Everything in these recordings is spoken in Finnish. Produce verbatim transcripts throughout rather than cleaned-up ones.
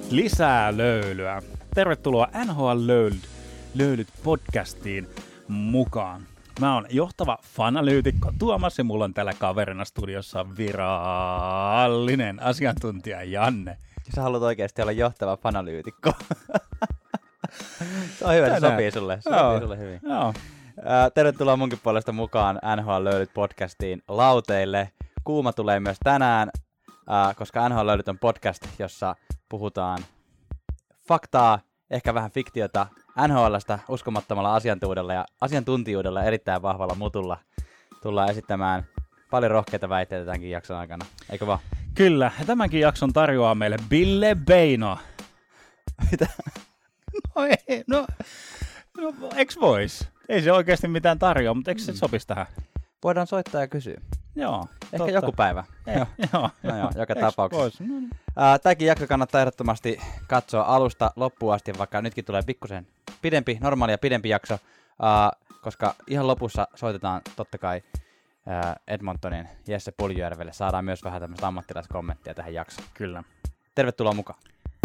lisää löylyä. Tervetuloa N H L Löylyt, Löylyt podcastiin mukaan. Mä oon johtava fanalyytikko Tuomas ja mulla on täällä kaverina studiossa virallinen asiantuntija Janne. Sä haluat oikeasti olla johtava fanalyytikko. Se on hyvä, se sopii sulle. Se sopii sulle hyvin. Joo. Tervetuloa munkin puolesta mukaan N H L Löylyt podcastiin lauteille. Kuuma tulee myös tänään, koska N H L Löylyt on podcast, jossa puhutaan faktaa, ehkä vähän fiktiota N H L:stä uskomattomalla asiantuntijuudella ja asiantuntijuudella erittäin vahvalla mutulla. Tullaan esittämään paljon rohkeita väitteitä tämänkin jakson aikana, eikö vaan? Kyllä, ja tämänkin jakson tarjoaa meille Ville Beino. Mitä? No ei, no, no eks vois? Ei se oikeasti mitään tarjoa, mutta eikö se sopisi tähän? Voidaan soittaa ja kysyä. Joo, Ehkä totta. joku päivä. Ei, joo. No joo, joka Eks tapauksessa. vois? No niin. Tämäkin jakso kannattaa ehdottomasti katsoa alusta loppuun asti, vaikka nytkin tulee pikkusen pidempi, normaalia pidempi jakso, uh, koska ihan lopussa soitetaan totta kai uh, Edmontonin Jesse Puljujärvelle. Saadaan myös vähän tämmöistä ammattilaiskommenttia tähän jaksoon. Kyllä. Tervetuloa mukaan.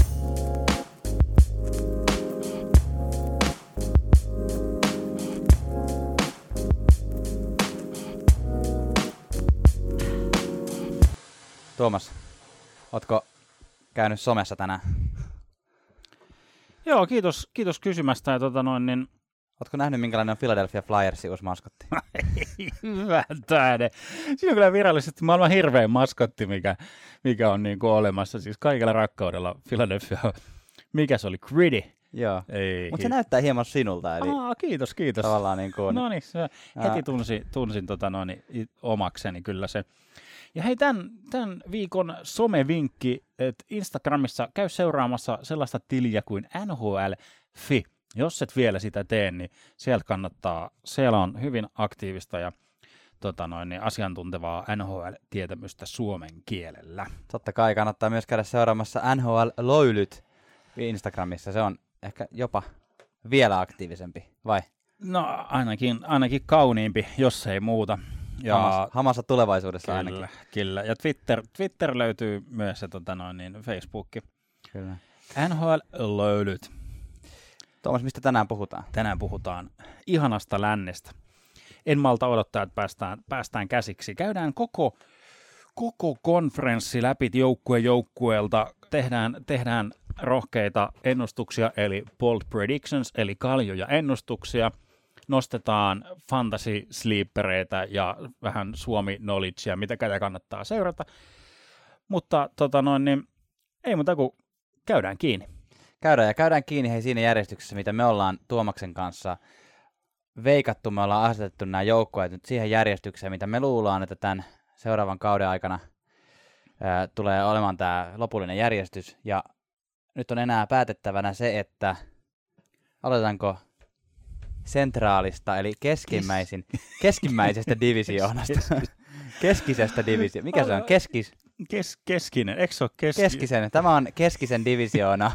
Tuomas, ootko käynyt somessa tänään? Joo, kiitos, kiitos kysymästä. Ja tota noin, niin... Ootko nähnyt, minkälainen on Philadelphia Flyersin uusi maskotti? Hyvä tähde. Siinä on kyllä virallisesti maailman hirvein maskotti, mikä, mikä on niin kuin olemassa. Siis kaikella rakkaudella Philadelphia. Mikä se oli? Gritty. Joo, Ei, mutta se näyttää hieman sinulta. Eli Aa, kiitos, kiitos. tavallaan niin kuin... No niin, heti tunsin, tunsin tota noin, omakseni kyllä se. Ja hei, tämän, tämän viikon somevinkki, että Instagramissa käy seuraamassa sellaista tiliä kuin N H L Fi. Jos et vielä sitä tee, niin sieltä kannattaa, siellä on hyvin aktiivista ja tota noin, niin asiantuntevaa N H L-tietämystä suomen kielellä. Totta kai kannattaa myös käydä seuraamassa N H L Löylyt Instagramissa. Se on ehkä jopa vielä aktiivisempi, vai? No ainakin, ainakin kauniimpi, jos ei muuta. Ja Hamassa, hamassa tulevaisuudessa kyllä, ainakin. Kyllä, ja Twitter, Twitter löytyy myös ja tota noin, niin Facebook. Kyllä. N H L Löylyt. Tuomas, mistä tänään puhutaan? Tänään puhutaan ihanasta lännestä. En malta odottaa, että päästään, päästään käsiksi. Käydään koko, koko konferenssi läpi joukkue joukkueelta. Tehdään, tehdään rohkeita ennustuksia, eli bold predictions, eli kaljoja ennustuksia. Nostetaan fantasy sleepereitä ja vähän Suomi knowledgea, mitä käydä kannattaa seurata. Mutta tota noin, niin, ei muuta kuin käydään kiinni. Käydään ja käydään kiinni hei siinä järjestyksessä, mitä me ollaan Tuomaksen kanssa veikattu. Me ollaan asetettu nämä joukkueet nyt siihen järjestykseen, mitä me luullaan, että tämän seuraavan kauden aikana ää, tulee olemaan tämä lopullinen järjestys. Ja nyt on enää päätettävänä se, että aloitetaanko sentraalista, eli keskimmäisin, keskimmäisestä divisioonasta. Keskisestä divisioonasta. Mikä se on? Keskis? Kes, keskinen, eikö se ole keski... Keskisen. Tämä on keskisen divisioona.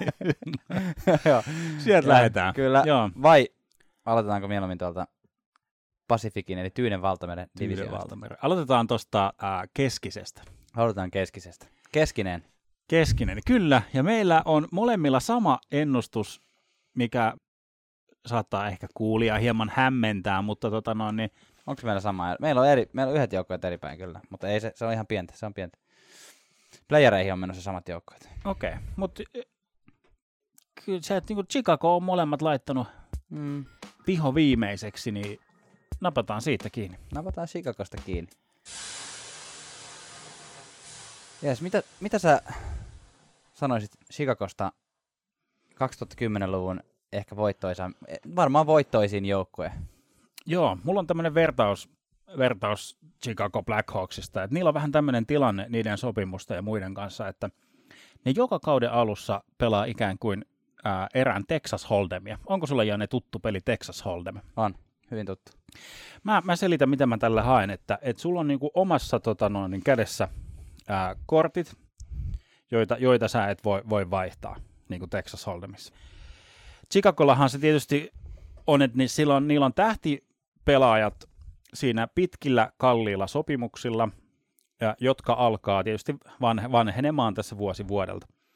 Sieltä lähdetään. Kyllä. Joo. Vai aloitetaanko mieluummin tuolta Pasifikin, eli Tyynen valtameren Tyynen divisioonasta? valtameren. Aloitetaan tuosta äh, keskisestä. Aloitetaan keskisestä. Keskinen. Keskinen, kyllä. Ja meillä on molemmilla sama ennustus, mikä saattaa ehkä kuulia hieman hämmentää, mutta tota noin, niin... Onko meillä sama? Meillä on, eri, meillä on yhdet joukkueet eri päin kyllä, mutta ei se, se on ihan pientä, se on pientä. Playereihin on menossa samat joukkueet. Okei, okay, mutta kyllä se, että niin Chicago on molemmat laittanut Mm. viho viimeiseksi, niin napataan siitä kiinni. Napataan Chicagosta kiinni. Jes, mitä, mitä sä sanoisit Chicagosta kaksituhattakymmenluvun ehkä voittoisa, varmaan voittoisin joukkue? Joo, mulla on tämmöinen vertaus, vertaus Chicago Blackhawksista, että niillä on vähän tämmöinen tilanne niiden sopimusta ja muiden kanssa, että ne joka kauden alussa pelaa ikään kuin ää, erään Texas Hold'emia. Onko sulla Janne tuttu peli Texas Hold'em? On, hyvin tuttu. Mä, mä selitän, mitä mä tällä haen, että, että sulla on niinku omassa tota noin, niin kädessä ää, kortit, joita, joita sä et voi, voi vaihtaa, niin kuin Texas Hold'emissa. Chicagollahan se tietysti on, että ni, silloin, niillä on tähtipelaajat siinä pitkillä, kalliilla sopimuksilla, ja, jotka alkaa tietysti vanhe, vanhenemaan tässä vuosi vuodelta.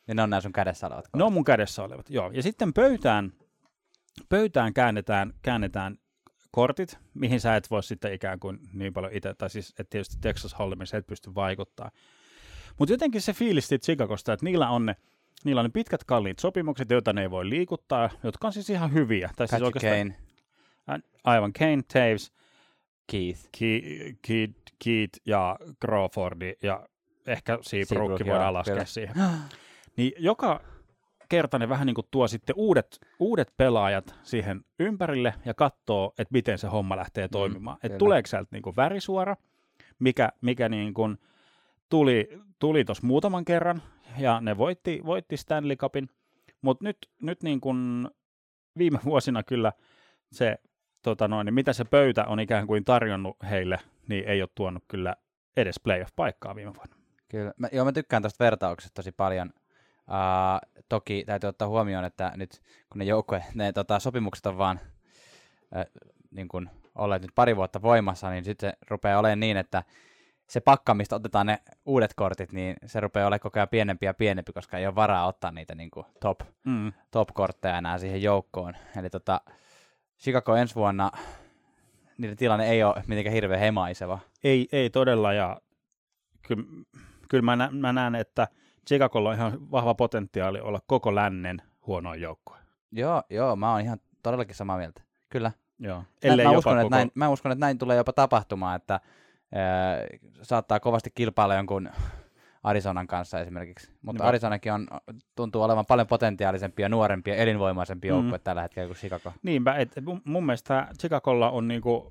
Ja ne on nämä sun kädessä olevat kortit. Ne on mun kädessä olevat, joo. Ja sitten pöytään, pöytään käännetään, käännetään kortit, mihin sä et voi sitten ikään kuin niin paljon itse, tai siis että tietysti Texas Hold'emissa et pysty vaikuttaa. Mutta jotenkin se fiilisti Chicagosta, että niillä on ne, niillä on ne pitkät kalliit sopimukset, joita ne ei voi liikuttaa, jotka on siis ihan hyviä. Tai siis Kane. Aivan, Kane, Taves, Keith. Keith, Keith, Keith ja Crawfordi ja ehkä Seabrook voidaan laskea kyllä siihen. Niin joka kerta ne vähän niin kuin tuo sitten uudet, uudet pelaajat siihen ympärille ja katsoo, että miten se homma lähtee toimimaan. Mm, että tuleeko sieltä niin kuin värisuora, mikä, mikä niin kuin tuli, tuli tuossa muutaman kerran, ja ne voitti, voitti Stanley Cupin, mutta nyt, nyt niin kuin viime vuosina kyllä se, tota noin, niin mitä se pöytä on ikään kuin tarjonnut heille, niin ei ole tuonut kyllä edes playoff-paikkaa viime vuonna. Kyllä, mä, joo mä tykkään tuosta vertauksesta tosi paljon. Uh, toki täytyy ottaa huomioon, että nyt kun ne joukkue, ne tota, sopimukset on vaan äh, niin kun olleet nyt pari vuotta voimassa, niin sitten se rupeaa olemaan niin, että se pakka, mistä otetaan ne uudet kortit, niin se rupeaa olemaan koko ajan pienempi ja pienempi, koska ei ole varaa ottaa niitä niin kuin top, mm. top-kortteja enää siihen joukkoon. Eli tota, Chicago ensi vuonna, niiden tilanne ei ole mitenkään hirveän hemaiseva. Ei, ei todella, ja kyllä, kyllä mä, nä, mä näen, että Chicagolla on ihan vahva potentiaali olla koko lännen huonoin joukkue. Joo, joo, mä oon ihan todellakin samaa mieltä. Kyllä. Joo. Mä, mä, uskon, koko... näin, mä uskon, että näin tulee jopa tapahtumaan, että äh, saattaa kovasti kilpailla jonkun Arizonan kanssa esimerkiksi. Mutta no. Arizonakin on, tuntuu olevan paljon potentiaalisempia, ja nuorempia, elinvoimaisempia mm. joukkue tällä hetkellä kuin Chicago. Niinpä, että mun mielestä Chicagolla on niinku,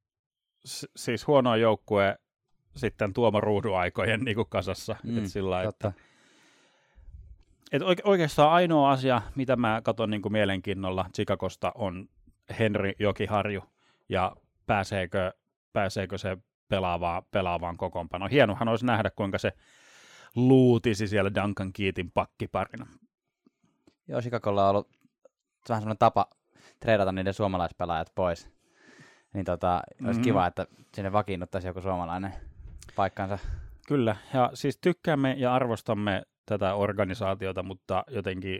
siis huono joukkue sitten Tuomo Ruuduaikojen niinku kasassa. Mm, et sillä, että, et oike- oikeastaan ainoa asia, mitä mä katson niinku mielenkiinnolla Chicagosta, on Henri Jokiharju ja pääseekö, pääseekö se pelaavaan, pelaavaan kokoonpanoon. Hienohan olisi nähdä, kuinka se luutisi siellä Duncan Keithin pakkiparina. Joo, Chicagolla on ollut vähän semmoinen tapa treidata niiden suomalaispelaajat pois. Niin tota, olisi mm-hmm. kiva, että sinne vakiinnuttaisi joku suomalainen paikkansa. Kyllä, ja siis tykkäämme ja arvostamme tätä organisaatiota, mutta jotenkin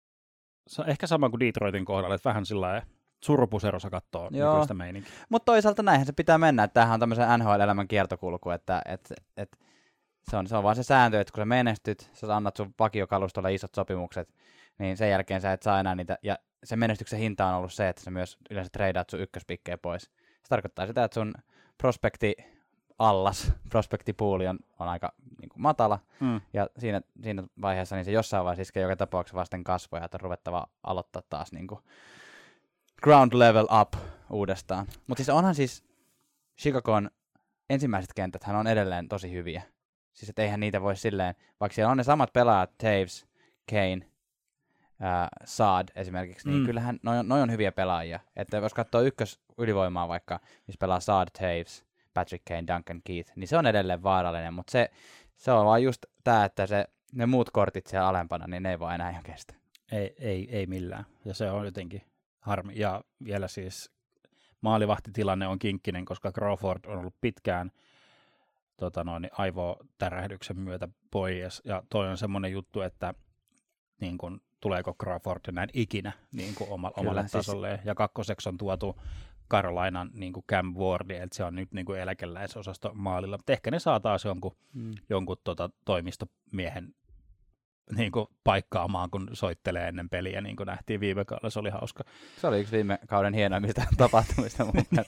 ehkä sama kuin Detroitin kohdalla, että vähän sillä surupuserossa katsoo nykyistä meininkiä. Mutta toisaalta näinhän se pitää mennä, että tämähän on tämmöisen N H L-elämän kiertokulku, että et, et, se, on, se on vaan se sääntö, että kun sä menestyt, sä annat sun vakiokalustolle isot sopimukset, niin sen jälkeen sä et saa enää niitä, ja sen menestyksen hinta on ollut se, että sä myös yleensä treidaat sun ykköspikkejä pois. Se tarkoittaa sitä, että sun prospekti allas, prospektipuuli on, on aika niin kuin matala, mm. ja siinä, siinä vaiheessa niin se jossain vaiheessa iskee joka tapauksessa vasten kasvoja, että on ruvettava aloittaa taas niin kuin ground level up uudestaan. Mutta siis onhan siis Chicagon ensimmäiset kentät hän on edelleen tosi hyviä. Siis et eihän niitä voi silleen, vaikka siellä on ne samat pelaajat, Taves, Kane, äh, Saad esimerkiksi, niin mm. kyllähän noi on, noi on hyviä pelaajia. Että jos katsoo ykkös ylivoimaa vaikka, missä pelaa Saad, Taves, Patrick Kane, Duncan Keith, niin se on edelleen vaarallinen, mutta se, se on vaan just tämä, että se, ne muut kortit siellä alempana, niin ne ei vaan enää ihan kestä. Ei, ei, ei millään, ja se on jotenkin harmi. Ja vielä siis maalivahtitilanne on kinkkinen, koska Crawford on ollut pitkään tota noin, aivotärähdyksen myötä pois, ja toi on semmoinen juttu, että niin kun, tuleeko Crawford näin ikinä niin kun oma, omalle Kyllä, tasolleen, siis ja kakkoseksi on tuotu Carolinan niin kuin Cam Wardi, että se on nyt niin kuin eläkeläisosasto maalilla, mutta ehkä ne saa taas jonkun, mm. jonkun tota, toimistomiehen niin kuin paikkaamaan, kun soittelee ennen peliä, niin kuin nähtiin viime kaudella, se oli hauska. Se oli yksi viime kauden hienoimmista tapahtumista.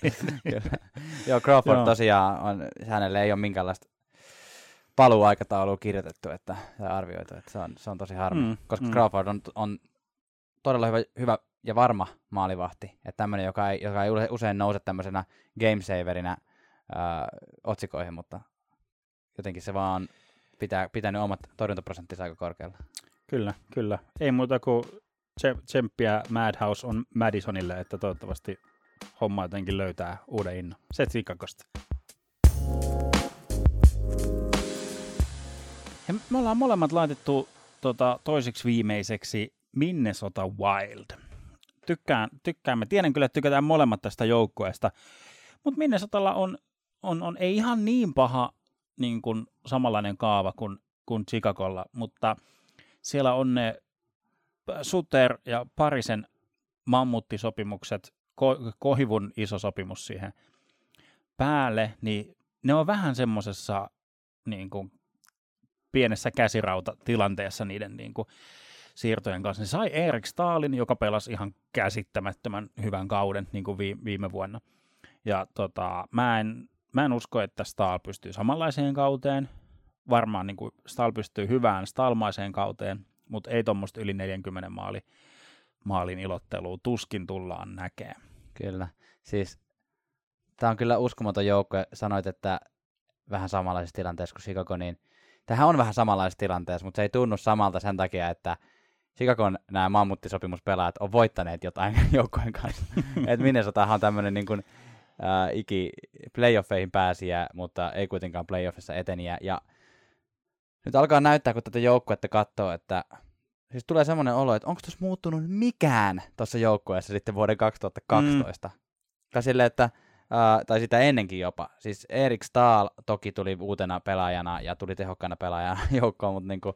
Joo, Crawford Joo. tosiaan, on, hänelle ei ole minkäänlaista paluuaikataulua kirjoitettu että, tai arvioitu, että se on, se on tosi harmi, mm. koska mm. Crawford on, on todella hyvä, hyvä ja varma maalivahti, että tämmöinen, joka ei, joka ei usein nouse tämmöisenä gamesaverinä ää, otsikoihin, mutta jotenkin se vaan pitää, pitää ne omat torjuntaprosenttinsa aika korkealla. Kyllä, kyllä. Ei muuta kuin tsemppiä Madhouse on Madisonille, että toivottavasti homma jotenkin löytää uuden innon. Se Chicagosta. Ja me ollaan molemmat laitettu tota, toiseksi viimeiseksi Minnesota Wild. Tykkään, tykkäämme. Tiedän kyllä, että tykätään molemmat tästä joukkueesta, mutta Minnesotalla on, on, on ei ihan niin paha niin kuin samanlainen kaava kuin, kuin Chicagolla, mutta siellä on ne Suter ja Parisen mammuttisopimukset, ko- Koivun iso sopimus siihen päälle, niin ne on vähän semmoisessa niin kuin pienessä käsirautatilanteessa niiden niin kuin siirtojen kanssa. Ne sai Erik Stahlin, joka pelasi ihan käsittämättömän hyvän kauden niin kuin viime vuonna. Ja tota, mä, en, mä en usko, että Stahl pystyy samanlaiseen kauteen. Varmaan niin kuin Stahl pystyy hyvään Stahlmaiseen kauteen, mutta ei tuommoista yli neljänkymmenen maali, maalin ilottelua tuskin tullaan näkemään. Kyllä. Siis tämä on kyllä uskomaton joukkue. Sanoit, että vähän samanlaisessa tilanteessa kuin Chicago, niin tämähän on vähän samanlaisessa tilanteessa, mutta se ei tunnu samalta sen takia, että Chicagon nämä mammuttisopimuspelaajat on voittaneet jotain joukkojen kanssa. Et Minnesotahan on tämmöinen niin kuin, äh, iki playoffeihin pääsijä, mutta ei kuitenkaan playoffissa eteniä. Ja nyt alkaa näyttää, kun tätä joukkuetta katsoo, että siis tulee semmoinen olo, että onko tuossa muuttunut mikään tuossa joukkueessa sitten vuoden kaksituhattakaksitoista. Mm. Tai silleen, että Uh, tai sitä ennenkin jopa. Siis Erik Stahl toki tuli uutena pelaajana ja tuli tehokkaana pelaajana joukkoon, mutta niinku,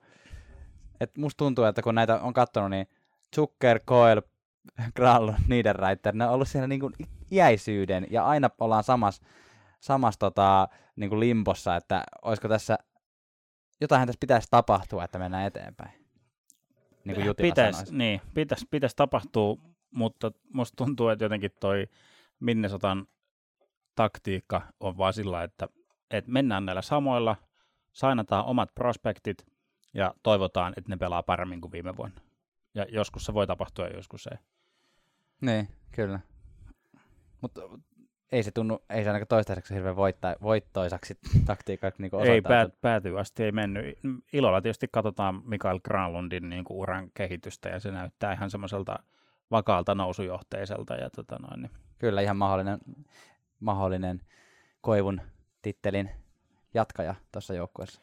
et musta tuntuu, että kun näitä on katsonut, niin Zucker, Coyle, Granlund, Niederreiter, ne on ollut siellä niinku iäisyyden ja aina ollaan samassa samas tota, niinku limbossa, että olisiko tässä, jotain tässä pitäisi tapahtua, että mennään eteenpäin. Niin kuin Jutila pitäis, sanoisi. Niin, pitäisi pitäis tapahtua, mutta musta tuntuu, että jotenkin toi Minnesotan taktiikka on vaan sillä, että, että mennään näillä samoilla, sainataan omat prospektit ja toivotaan, että ne pelaa paremmin kuin viime vuonna. Ja joskus se voi tapahtua ja joskus ei. Niin, kyllä. Mutta ei se tunnu, ei se ainakaan toistaiseksi hirveän voittaa, voittoisaksi taktiikaksi niin ei päät, päätyy asti, ei mennyt. Ilolla tietysti katsotaan Mikael Granlundin niin kuin uran kehitystä ja se näyttää ihan semmoiselta vakaalta nousujohteiselta. Ja tota noin, niin. Kyllä, ihan mahdollinen, mahdollinen Koivun tittelin jatkaja tuossa joukkueessa.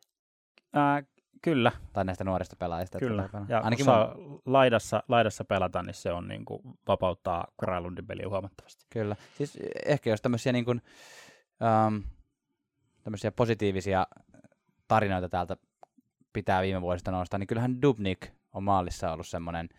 Ää, kyllä. Tai näistä nuorista pelaajista. Kyllä, ja ainakin kun saa mun... laidassa, laidassa pelata, niin se on niin kuin vapauttaa Granlundin peliä huomattavasti. Kyllä, siis ehkä jos tämmöisiä, niin kuin, ähm, tämmöisiä positiivisia tarinoita täältä pitää viime vuodesta nostaa, niin kyllähän Dubnyk on maalissa ollut semmoinen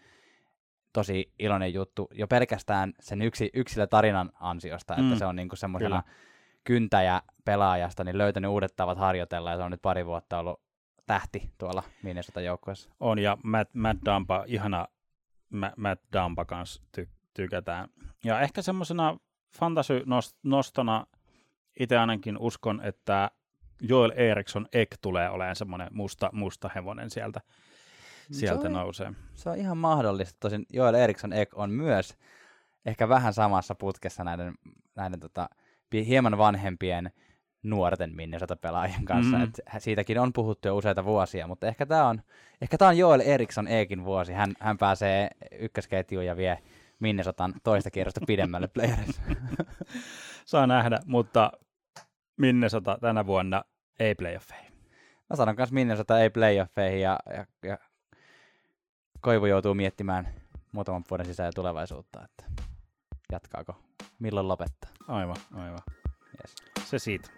tosi iloinen juttu jo pelkästään sen yksi, yksilötarinan ansiosta, että mm. se on niinku semmoisena kyntäjä pelaajasta niin löytänyt uudet tavat harjoitella ja se on nyt pari vuotta ollut tähti tuolla Minnesotan joukkueessa. On ja Matt, Matt Dumba, ihana Matt, Matt Dumba kanssa ty, tykätään. Ja ehkä semmoisena fantasy-nostona itse ainakin uskon, että Joel Eriksson Ek tulee olemaan semmoinen musta, musta hevonen sieltä. Sieltä se on, nousee. Se on ihan mahdollista. Tosin Joel Eriksson Ek on myös ehkä vähän samassa putkessa näiden, näiden tota, hieman vanhempien nuorten Minnesota-pelaajien kanssa. Mm-hmm. Et siitäkin on puhuttu jo useita vuosia, mutta ehkä tämä on, ehkä tää on Joel Eriksson Ekin vuosi. Hän, hän pääsee ykkösketjuun ja vie Minnesotan toista kierrosta pidemmälle playerissa. Saa nähdä, mutta Minnesota tänä vuonna ei playoffeihin. Mä sanon kanssa Minnesota ei playoffeihin ja, ja, ja Koivu joutuu miettimään muutaman vuoden sisään tulevaisuutta, että jatkaako, milloin lopettaa. Aivan, aivan. Yes. Se siitä.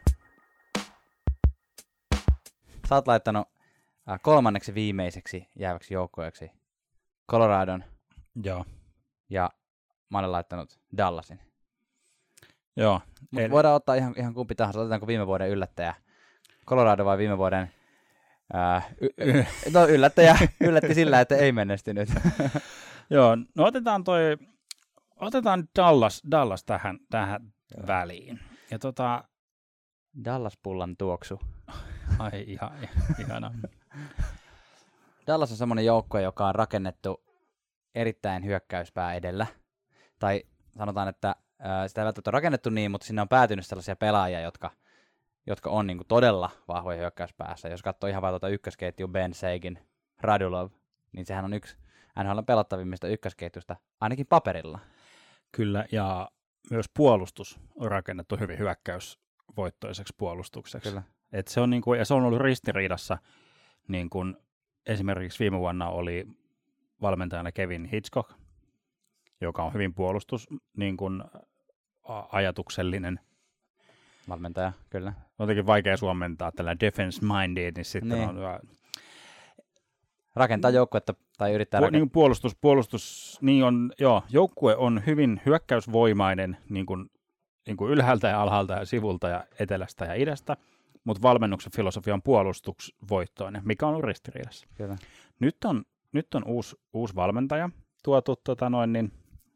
Sä oot laittanut äh, kolmanneksi viimeiseksi jääväksi joukkueeksi Coloradon. Joo. Ja mä olen laittanut Dallasin. Joo. Mutta Eli... voidaan ottaa ihan, ihan kumpi tahansa. Otetaanko viime vuoden yllättäjä Colorado vai viime vuoden Äh, y- y- no yllättäjä yllätti sillä, että ei menestynyt. Joo, no otetaan toi, otetaan Dallas, Dallas tähän, tähän väliin. Ja tota... Dallas-pullan tuoksu. Ai ihan, ihana. Dallas on semmoinen joukkue, joka on rakennettu erittäin hyökkäyspää edellä. Tai sanotaan, että äh, sitä ei välttämättä rakennettu niin, mutta sinne on päätynyt sellaisia pelaajia, jotka jotka on niinku todella vahvoja hyökkäyspäässä. Jos katsoo ihan vaan tuota ykkösketju Ben Sagan, Radulov, niin sehän on yksi N H L:n pelattavimmista ykkösketjusta, ainakin paperilla. Kyllä, ja myös puolustus on rakennettu hyvin hyökkäysvoittoiseksi puolustukseksi. Kyllä. Et se on niinku, ja se on ollut ristiriidassa, niin kuin esimerkiksi viime vuonna oli valmentajana Kevin Hitchcock, joka on hyvin puolustus, niin kuin ajatuksellinen valmentaja, kyllä. On jotenkin vaikea suomentaa tällä defense-minded, niin sitten niin. On... Rakentaa joukkuetta tai yrittää Pu- rakentaa. niin puolustus, puolustus, niin on, joo, joukkue on hyvin hyökkäysvoimainen niin kuin, niin kuin ylhäältä ja alhaalta ja sivulta ja etelästä ja idästä, mutta valmennuksen filosofia on puolustusvoittoinen, mikä on ollut ristiriidassa. Kyllä. Nyt on, nyt on uusi, uusi valmentaja tuotu tota noin, niin,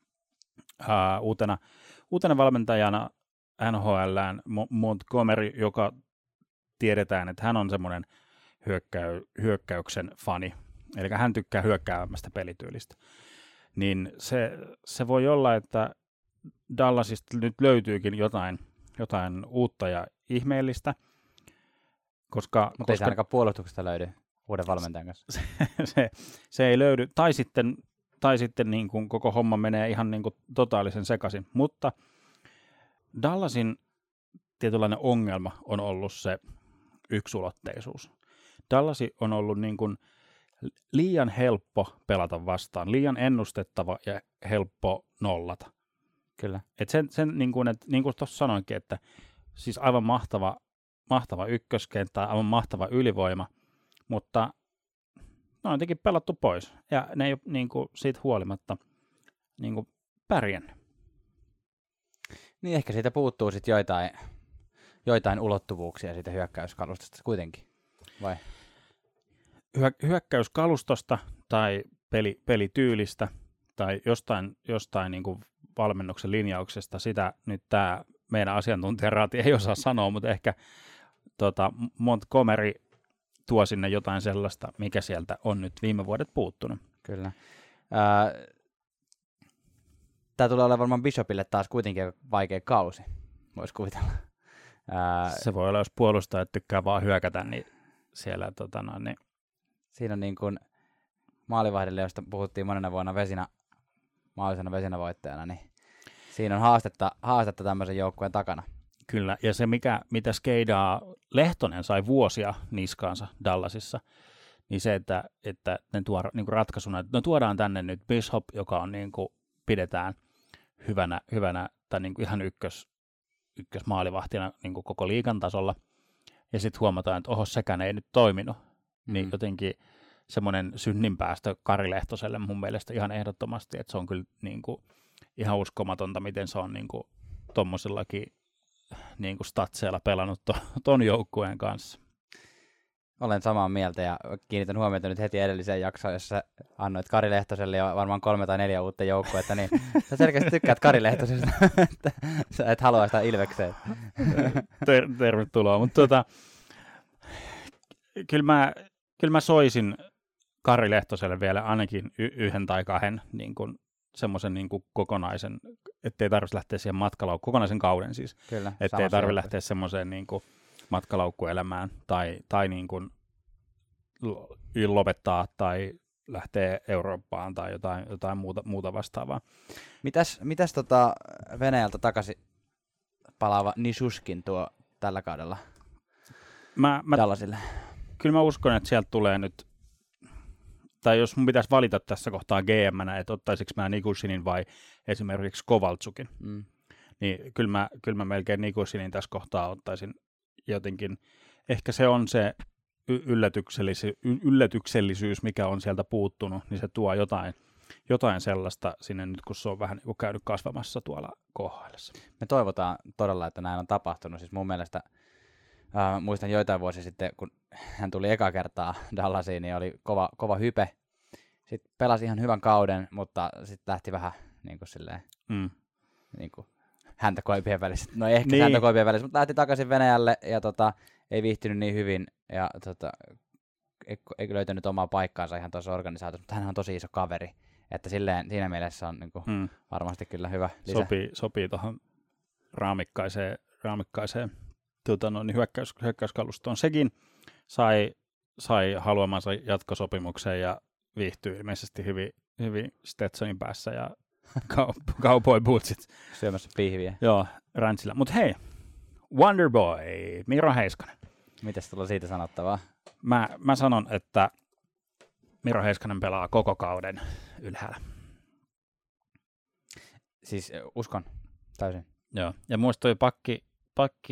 ää, uutena, uutena valmentajana N H L:ään Montgomery, joka tiedetään, että hän on semmoinen hyökkäy, hyökkäyksen fani, eli hän tykkää hyökkäävämmästä pelityylistä. Niin se, se voi olla, että Dallasista nyt löytyykin jotain, jotain uutta ja ihmeellistä, koska... Mutta koska ei se ainakaan puolustuksesta löydy uuden valmentajan kanssa. Se, se, se ei löydy, tai sitten, tai sitten niin kuin koko homma menee ihan niin kuin totaalisen sekaisin, mutta Dallasin tietynlainen ongelma on ollut se yksulotteisuus. Dallasi on ollut niin kuin liian helppo pelata vastaan, liian ennustettava ja helppo nollata. Kyllä. Et sen, sen, niin kuin, et, niin kuin tuossa sanoinkin, että siis aivan mahtava, mahtava ykköskenttä, aivan mahtava ylivoima, mutta ne on jotenkin pelattu pois, ja ne ei ole niin kuin, siitä huolimatta niin kuin, pärjännyt. Niin ehkä siitä puuttuu sitten joitain, joitain ulottuvuuksia siitä hyökkäyskalustosta kuitenkin, vai? Hyö- hyökkäyskalustosta tai peli, pelityylistä tai jostain, jostain niin kuin valmennuksen linjauksesta, sitä nyt tämä meidän asiantuntijaraati ei osaa sanoa, mutta ehkä tota, Montgomery tuo sinne jotain sellaista, mikä sieltä on nyt viime vuodet puuttunut. Kyllä. Äh, Tämä tulee olemaan varmaan Bishopille taas kuitenkin vaikea kausi, voisi kuvitella. Äh, Se voi olla, jos puolustajat tykkää vaan hyökätä, niin siellä tota, no, niin. Siinä on niin kuin maalivahdille, josta puhuttiin monena vuonna vesinä, mahdollisena vesinävoittajana, niin siinä on haastetta, haastetta tämmöisen joukkueen takana. Kyllä, ja se mikä, mitä skeidaa Lehtonen sai vuosia niskaansa Dallasissa, niin se, että, että ne tuo niin kuin ratkaisuna, että no tuodaan tänne nyt Bishop, joka on niin kuin pidetään hyvänä, hyvänä tai niin kuin ihan ykkös, ykkösmaalivahtina niin kuin koko liigan tasolla, ja sitten huomataan, että oho, sekään ei nyt toiminut, mm-hmm. niin jotenkin semmoinen synninpäästö Kari Lehtoselle mun mielestä ihan ehdottomasti, että se on kyllä niin kuin ihan uskomatonta, miten se on niin kuin tommosillakin niin kuin statseilla pelannut to, ton joukkueen kanssa. Olen samaa mieltä ja kiinnitän huomiota nyt heti edelliseen jaksoon, jossa annoit Kari Lehtoselle jo varmaan kolme tai neljä uutta joukkuetta, niin sä selkeästi tykkäät Kari Lehtosesta, että sä et halua sitä Ilvekseen. Ter- tervetuloa, mutta tota, kyllä, mä, kyllä mä soisin Kari Lehtoselle vielä ainakin y- yhden tai kahden niin kuin semmoisen niin kuin kokonaisen, ettei tarvitsisi lähteä siihen matkalaukkuun, kokonaisen kauden siis, Kyllä, ettei tarvitse lähteä semmoiseen niin kuin matkalaukkuelämään tai, tai niin kuin lopettaa tai lähteä Eurooppaan tai jotain, jotain muuta, muuta vastaavaa. Mitäs, mitäs tota Venäjältä takaisin palaava Nichushkin tuo tällä kaudella mä, mä, Dallasille? Kyllä mä uskon, että sieltä tulee nyt, tai jos mun pitäisi valita tässä kohtaa G M-nä, että ottaisinko mä Nikushinin vai esimerkiksi Kovaltsukin, mm. niin kyllä mä, kyllä mä melkein Nikushinin tässä kohtaa ottaisin jotenkin. Ehkä se on se y- yllätyksellisyys, y- yllätyksellisyys, mikä on sieltä puuttunut, niin se tuo jotain, jotain sellaista sinne nyt, kun se on vähän niin käynyt kasvamassa tuolla K H L:ssä. Me toivotaan todella, että näin on tapahtunut. Siis mun mielestä, äh, muistan joitain vuosia sitten, kun hän tuli eka kertaa Dallasiin, niin oli kova, kova hype. Sitten pelasi ihan hyvän kauden, mutta sitten lähti vähän niin kuin silleen, mm. niin kuin häntä koipien välissä. No ei ehkä niin. häntä koipien välissä, mutta lähti takaisin Venäjälle ja tota, ei viihtynyt niin hyvin ja tota, ei, ei löytänyt omaa paikkaansa ihan tuossa organisaatiossa, mutta hän on tosi iso kaveri. Että silleen, siinä mielessä on niin kuin, mm. varmasti kyllä hyvä lisä. Sopii, sopii tuohon raamikkaiseen, raamikkaiseen tuota, no, niin hyökkäys, hyökkäyskalustoon. Sekin sai, sai haluamansa jatkosopimukseen ja viihtyy ilmeisesti hyvin, hyvin Stetsonin päässä ja cowboy bootsit. Syömässä pihviä. Joo, rantsilla. Mutta hei, Wonderboy, Miro Heiskanen. Mitäs tulla siitä sanottavaa? Mä, mä sanon, että Miro Heiskanen pelaa koko kauden ylhäällä. Siis uskon täysin. Joo, ja muista toi pakki,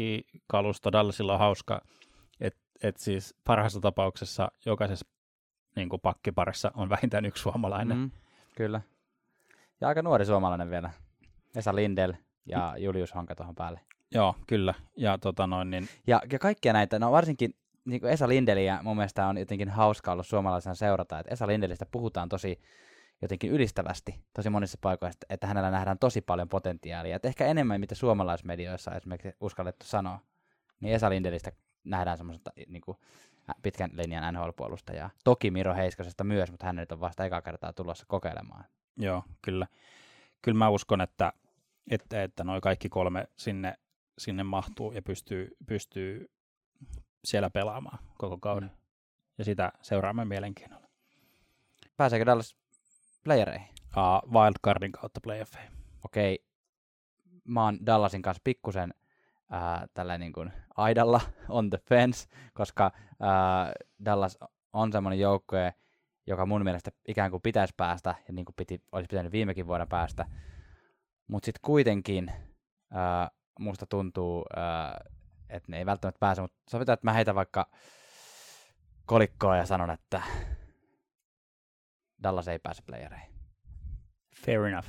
pakkikalusto Dallasilla on hauska, että et siis parhaassa tapauksessa jokaisessa niin kuin pakkiparissa on vähintään yksi suomalainen. Mm, kyllä. Ja aika nuori suomalainen vielä. Esa Lindell ja Julius Honka tuohon päälle. Joo, kyllä. Ja, tota noin, niin... ja, ja kaikkia näitä, no varsinkin niin kuin Esa Lindelliä mun mielestä on jotenkin hauska ollut suomalaisena seurata, että Esa Lindellistä puhutaan tosi jotenkin ylistävästi tosi monissa paikoissa, että hänellä nähdään tosi paljon potentiaalia. Et ehkä enemmän, mitä suomalaismedioissa esimerkiksi uskallettu sanoa, niin Esa Lindellistä nähdään semmoista niin kuin pitkän linjan N H L-puolustajaa. Toki Miro Heiskasesta myös, mutta hän nyt on vasta ekaa kertaa tulossa kokeilemaan. Joo, kyllä. Kyllä mä uskon, että, että, että noi kaikki kolme sinne, sinne mahtuu ja pystyy, pystyy siellä pelaamaan koko kauden. Mm. Ja sitä seuraamme mielenkiinnolla. Pääseekö Dallas playereihin? Uh, wildcardin kautta playoffeihin. Okei. Mä oon Dallasin kanssa pikkusen äh, tällä niin kuin aidalla on the fence, koska äh, Dallas on semmoinen joukkue, joka mun mielestä ikään kuin pitäisi päästä, ja niin kuin piti, olisi pitänyt viimekin vuonna päästä. Mutta sitten kuitenkin äh, musta tuntuu, äh, että ne ei välttämättä pääse, mutta sovitaan, että mä heitän vaikka kolikkoa ja sanon, että Dallas ei pääse playereihin. Fair enough.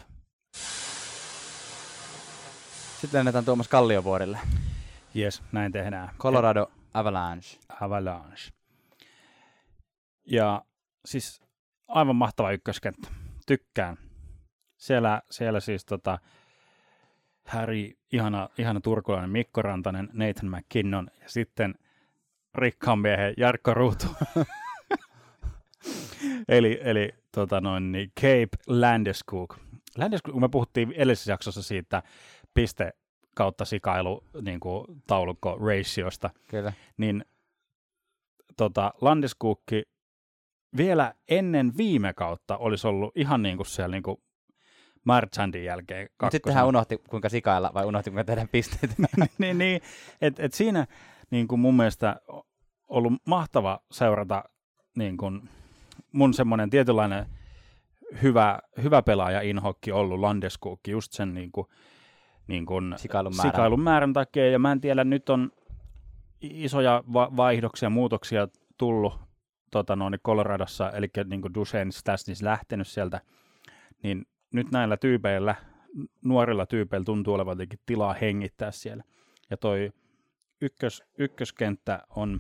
Sitten lennetään Tuomas Kalliovuorille. Yes, näin tehdään. Colorado Avalanche. Avalanche. Ja siis aivan mahtava ykköskenttä. Tykkään. Siellä, siellä siis tota, Harry, ihana, ihana turkulainen Mikko Rantanen, Nathan McKinnon ja sitten rikkaan miehen Jarkko Ruutu. eli eli tota noin, niin Cape Landeskog. Landeskog, kun me puhuttiin edellisessä jaksossa siitä piste kautta sikailu niin kuin taulukko ratiosta, Kyllä. niin tota, Landeskogki vielä ennen viime kautta olisi ollut ihan niin kuin siellä niin kuin Marchandin jälkeen. Mutta sitten hän unohti kuinka sikailla vai unohti kuinka tehdä pisteitä. niin, niin että et siinä niin kuin mun mielestä ollut mahtava seurata niin kuin mun semmoinen tietynlainen hyvä, hyvä pelaaja inhokki ollut Landeskogki just sen niin kuin, niin kuin sikailun, määrän. sikailun määrän takia. Ja mä en tiedä, nyt on isoja va- vaihdoksia, muutoksia tullut tota, noin Coloradossa, eli niin kuin Duchenne Stastnis lähtenyt sieltä, niin nyt näillä tyypeillä, nuorilla tyypeillä tuntuu olevan jotenkin tilaa hengittää siellä. Ja toi ykkös, ykköskenttä on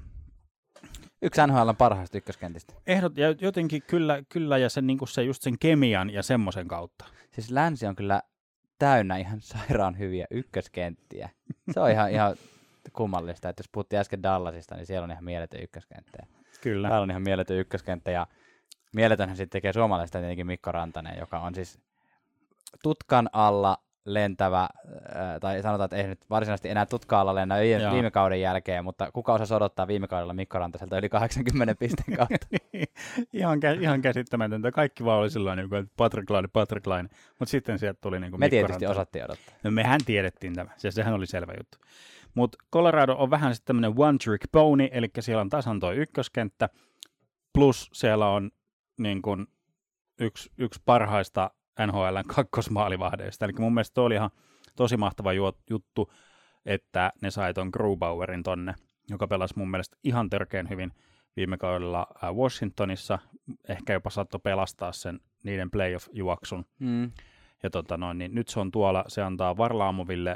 yksi N H L:n parhaista ykköskentistä. Ehdot, ja jotenkin kyllä, kyllä ja sen, niin kuin se, just sen kemian ja semmoisen kautta. Siis länsi on kyllä täynnä ihan sairaan hyviä ykköskenttiä. Se on ihan, ihan kummallista, että jos puhuttiin äsken Dallasista, niin siellä on ihan mieletön ykköskenttä. Kyllä. Täällä on ihan mieletön ykköskenttä, ja mieletönhän sitten tekee suomalaista tietenkin Mikko Rantanen, joka on siis tutkan alla lentävä, tai sanotaan, että ei nyt varsinaisesti enää tutkan alla lennä viime, viime kauden jälkeen, mutta kuka osasi odottaa viime kaudella Mikko Rantaselta yli kahdeksankymmentä pisteen kautta? ihan, ihan käsittämätöntä. Kaikki vaan oli silloin, niin kuin, että Patrick Laine, Patrick Laine, mutta sitten sieltä tuli niin kuin Me Mikko tietysti Rantanen. osattiin odottaa. No mehän tiedettiin tämä, se, sehän oli selvä juttu. Mutta Colorado on vähän sitten tämmöinen one trick pony, eli siellä on tasan toi ykköskenttä, plus siellä on niin kuin yksi, yksi parhaista N H L:n kakkosmaalivahdeista. Eli mun mielestä toi oli ihan tosi mahtava juttu, että ne sai ton Grubauerin tonne, joka pelasi mun mielestä ihan törkeän hyvin viime kaudella Washingtonissa. Ehkä jopa saattoi pelastaa sen niiden playoff-juoksun. Mm. Ja tota noin, niin nyt se on tuolla, se antaa Varlaamoville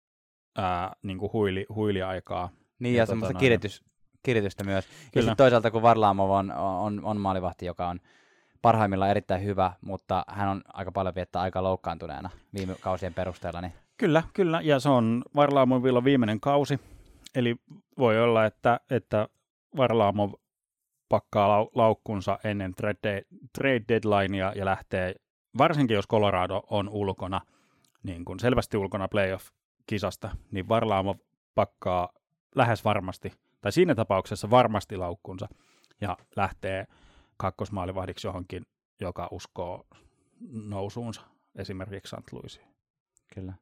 ää, niin kuin huili, huiliaikaa. Niin, ja, ja semmoista tota kiritys, kiritystä myös. Kyllä. Ja sitten toisaalta, kun Varlamov on, on, on maalivahti, joka on parhaimmillaan erittäin hyvä, mutta hän on aika paljon viettää aikaa loukkaantuneena viime kausien perusteella. Niin. Kyllä, kyllä, ja se on Varlamovilla viimeinen kausi, eli voi olla, että, että Varlamov pakkaa lau, laukkunsa ennen trade, trade deadlinea ja lähtee, varsinkin jos Colorado on ulkona, niin kuin selvästi ulkona playoff-kisasta, niin Varlamov pakkaa lähes varmasti, tai siinä tapauksessa varmasti laukkunsa, ja lähtee kakkosmaalivahdiksi johonkin, joka uskoo nousuunsa, esimerkiksi Saint Louisiin. Kyllä.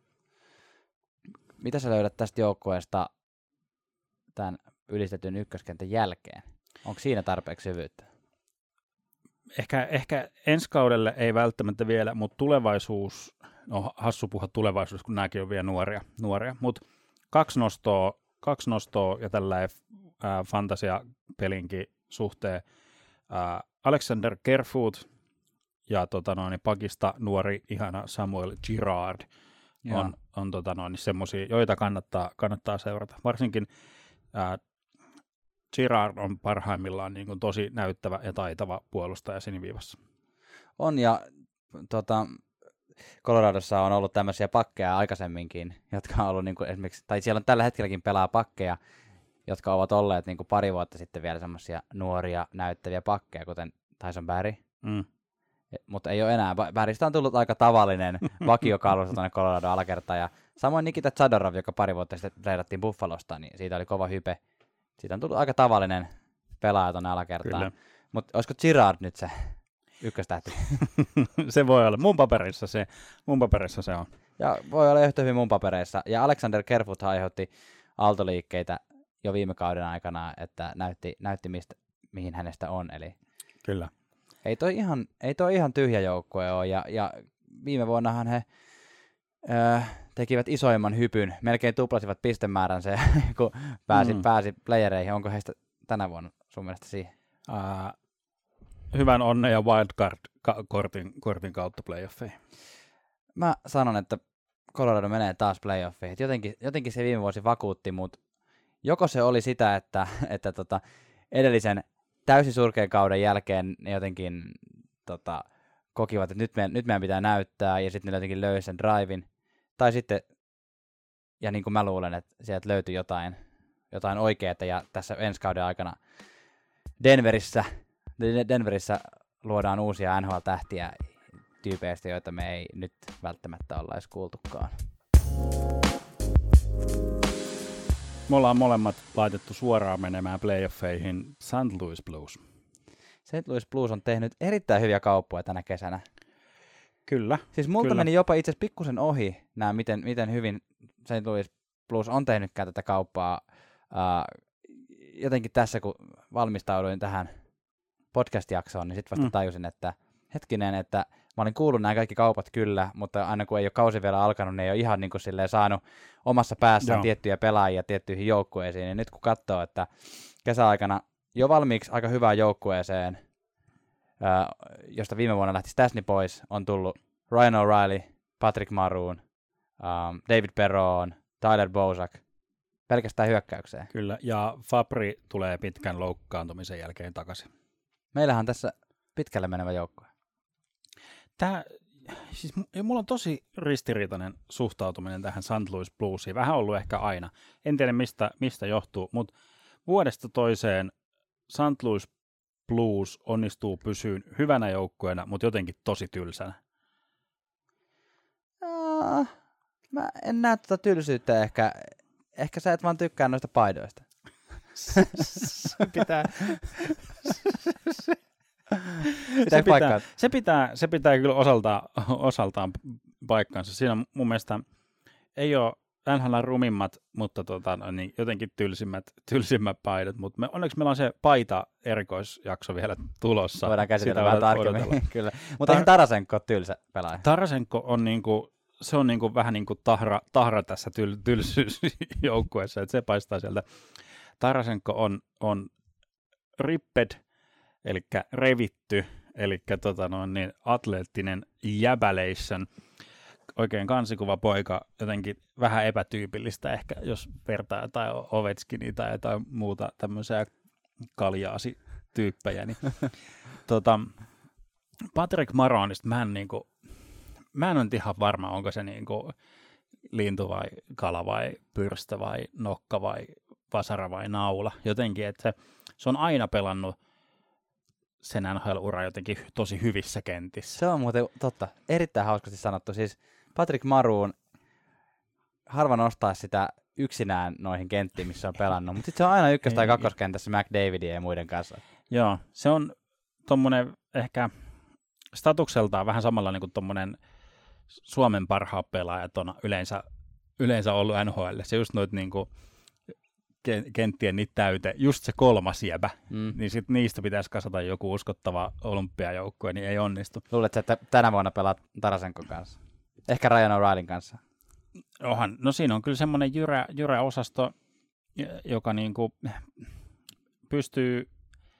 Mitä sä löydät tästä joukkueesta tämän ylistetyn ykköskentän jälkeen? Onko siinä tarpeeksi syvyyttä? Ehkä, ehkä ensi kaudelle ei välttämättä vielä, mutta tulevaisuus, no hassu puhua tulevaisuus, kun nämäkin on vielä nuoria, nuoria. mutta kaksi nostoa, kaksi nostoa ja tällainen äh, fantasiapelinkin suhteen Ää, Alexander Kerfoot ja tota noin, pakista nuori ihana Samuel Girard on, on tota noin, semmosia, joita kannattaa, kannattaa seurata. Varsinkin ää, Girard on parhaimmillaan niin kuin tosi näyttävä ja taitava puolustaja siniviivassa. On, ja tota, Coloradossa on ollut tämmöisiä pakkeja aikaisemminkin, jotka on ollut niin kuin esimerkiksi, tai siellä on tällä hetkelläkin pelaa pakkeja, jotka ovat olleet niin kuin pari vuotta sitten vielä semmoisia nuoria näyttäviä pakkeja, kuten Tyson Barrie. Mm. Mutta ei ole enää. Barrystä on tullut aika tavallinen vakiokalusta tuonne Colorado alakertaan. Ja samoin Nikita Zadorov, joka pari vuotta sitten treidattiin Buffalosta, niin siitä oli kova hype. Siitä on tullut aika tavallinen pelaaja tuonne alakertaan. Mutta olisiko Girard nyt se ykköstähti? Se voi olla. Mun paperissa se, mun paperissa se on. Ja voi olla yhtä hyvin mun papereissa. Ja Alexander Kerfoot aiheutti aaltoliikkeitä jo viime kauden aikana, että näytti, näytti mistä, mihin hänestä on. Eli kyllä. Ei toi ihan, ei toi ihan tyhjä joukkue ole, ja, ja viime vuonnahan he öö, tekivät isoimman hypyn, melkein tuplasivat pistemääränsä, kun pääsi, mm. pääsi playereihin. Onko heistä tänä vuonna sun mielestä siihen? Uh, hyvän onnen ja wildcard-kortin kortin kautta playoffeihin. Mä sanon, että Colorado menee taas playoffeihin. Jotenkin, jotenkin se viime vuosi vakuutti, mutta joko se oli sitä, että, että tota, edellisen täysin surkean kauden jälkeen ne jotenkin tota, kokivat, että nyt meidän, nyt meidän pitää näyttää, ja sitten ne jotenkin löi sen drivein. Tai sitten, ja niin kuin mä luulen, että sieltä löytyi jotain, jotain oikeaa, ja tässä ensi kauden aikana Denverissä, Denverissä luodaan uusia N H L-tähtiä tyypeistä, joita me ei nyt välttämättä olla edes kuultukaan. Me ollaan molemmat laitettu suoraan menemään playoffeihin Saint Louis Blues. Saint Louis Blues on tehnyt erittäin hyviä kauppoja tänä kesänä. Kyllä. Siis multa kyllä. meni jopa itse asiassa pikkusen ohi nämä, miten, miten hyvin Saint Louis Blues on tehnytkään tätä kauppaa. Uh, jotenkin tässä, kun valmistauduin tähän podcast-jaksoon, niin sitten vasta mm. tajusin, että hetkinen, että mä olin kuullut nämä kaikki kaupat kyllä, mutta aina kun ei ole kausi vielä alkanut, niin ei ole ihan niin kuin silleen saanut omassa päässään Joo. tiettyjä pelaajia tiettyihin joukkueisiin. Ja nyt kun katsoo, että kesäaikana jo valmiiksi aika hyvään joukkueeseen, josta viime vuonna lähti Stastny pois, on tullut Ryan O'Reilly, Patrick Maroon, um, David Perron, Tyler Bozak, pelkästään hyökkäykseen. Kyllä, ja Fabry tulee pitkän loukkaantumisen jälkeen takaisin. Meillähän on tässä pitkälle menevä joukkue. Tämä, siis mulla on tosi ristiriitainen suhtautuminen tähän Saint Louis Bluesiin. Vähän ollut ehkä aina. En tiedä mistä, mistä johtuu, mutta vuodesta toiseen Saint Louis Blues onnistuu pysyyn hyvänä joukkueena, mutta jotenkin tosi tylsänä. Uh, mä en näe tuota tylsyyttä ehkä. Ehkä sä et vaan tykkää noista paidoista. se pitää... Se pitää, se, pitää, se pitää kyllä osaltaan, osaltaan paikkansa. Siinä mun mielestä ei ole N H L rumimmat, mutta tota, niin jotenkin tylsimmät, tylsimmät paidat. Mutta me, onneksi meillä on se paita-erikoisjakso vielä tulossa. Voidaan käsitellä vähän tarkemmin, kyllä. Mutta eihän Tarasenko ole tylsä pelaaja. Tarasenko on, niinku, se on niinku, vähän niin kuin tahra, tahra tässä tyl, tylsyysjoukkueessa, että se paistaa sieltä. Tarasenko on, on ripped, eli revitty, eli tota noin, niin atleettinen jäbäleissän, oikein kansikuva poika, jotenkin vähän epätyypillistä ehkä, jos vertaa jotain Ovechkinia tai jotain muuta tämmöisiä kaljaasi-tyyppejä. Niin, tota, Patrick Maronista mä en, niinku, mä en ole ihan varma, onko se niinku lintu vai kala vai pyrstö vai nokka vai vasara vai naula. Jotenkin, että se, se on aina pelannut sen N H L-ura jotenkin tosi hyvissä kentissä. Se on muuten totta. Erittäin hauskasti sanottu. Siis Patrick Maroon harva nostaa sitä yksinään noihin kenttiin, missä on pelannut, mutta sitten se on aina ykkös- tai kakkoskentässä McDavidin ja muiden kanssa. Joo, se on tommonen ehkä statukseltaan vähän samanlainen kuin tommonen Suomen parhaat pelaajat on yleensä, yleensä ollut N H L. Se just noit niinku kenttien niitä täyte, just se kolmas jäbä, mm. niin sit niistä pitäisi kasata joku uskottava olympiajoukkue, niin ei onnistu. Luuletko, että tänä vuonna pelaat Tarasenkon kanssa? Ehkä Ryan O'Reillyn kanssa? Ohan, no siinä on kyllä semmoinen jyrä, jyrä osasto, joka niinku pystyy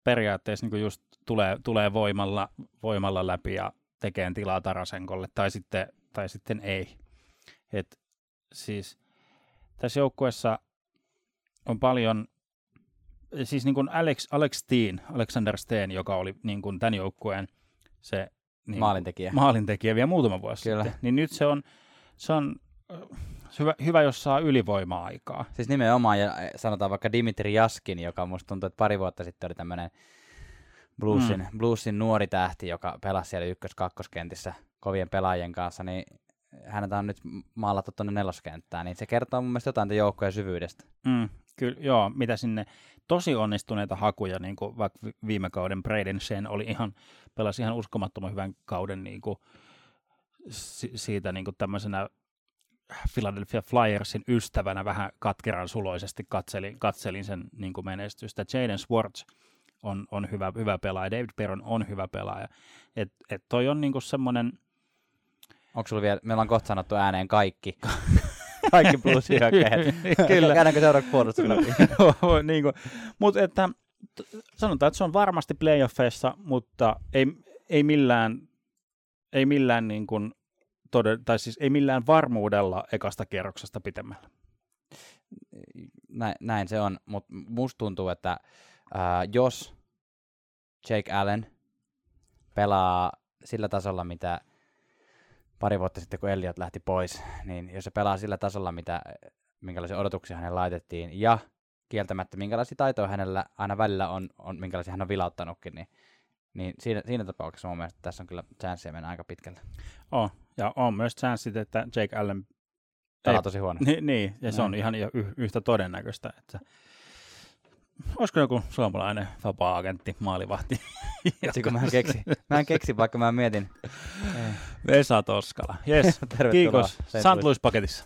periaatteessa niin just tulee, tulee voimalla, voimalla läpi ja tekee tilaa Tarasenkolle, tai sitten, tai sitten ei. Et siis tässä joukkueessa on paljon, siis niin kuin Alex, Alex Steen, Alexander Steen, joka oli niin kuin tämän joukkueen se niin maalintekijä. maalintekijä vielä muutama vuosi Kyllä. sitten, niin nyt se on, se on hyvä, hyvä, jos saa ylivoima-aikaa. Siis nimenomaan, ja sanotaan vaikka Dimitri Jaskin, joka musta tuntuu, että pari vuotta sitten oli tämmöinen Bluesin, mm. Bluesin nuori tähti, joka pelasi siellä ykkös-kakkoskentissä kovien pelaajien kanssa, niin häntä on nyt maalattu tuonne neloskenttään, niin se kertoo mun mielestä jotain tämän joukkojen syvyydestä. Mm, kyllä, joo, mitä sinne tosi onnistuneita hakuja, niin kuin vaikka viime kauden Braden Shen oli ihan, pelasi ihan uskomattoman hyvän kauden niin kuin si- siitä niin kuin tämmöisenä Philadelphia Flyersin ystävänä vähän katkeran suloisesti katselin, katselin sen niin kuin menestystä. Jaden Schwartz on, on hyvä, hyvä pelaaja, David Perron on hyvä pelaaja. Et, et toi on niin kuin semmoinen... Onko sulla vielä, me ollaan kohta sanottu ääneen kaikki, kaikki Blues-hyökkäjät. Kyllä. Käydäänkö seuraavaksi puolustuksella? niin mutta että sanotaan, että se on varmasti playoffeissa, mutta ei, ei millään, ei millään niin kuin Todell- tai siis ei millään varmuudella ekasta kierroksesta pitemmällä. Näin, näin se on, mutta musta tuntuu, että ää, jos Jake Allen pelaa sillä tasolla, mitä pari vuotta sitten, kun Elliot lähti pois, niin jos se pelaa sillä tasolla, mitä, minkälaisia odotuksia hänelle laitettiin, ja kieltämättä minkälaisia taitoja hänellä aina välillä on, on minkälaisia hän on vilauttanutkin, niin, niin siinä, siinä tapauksessa mun mielestä tässä on kyllä chanssia mennä aika pitkälle. Oh. Ja on myös chanssit, että Jake Allen pelaa tosi huono. Niin, niin, ja se on ihan y- yhtä todennäköistä, että olisiko joku suomalainen vapaa-agentti, maalivahti. Etsikö mä en keksi, mä en keksi, vaikka mä mietin. Vesa Toskala. Jes, kiitos. Saint Louis-paketissa.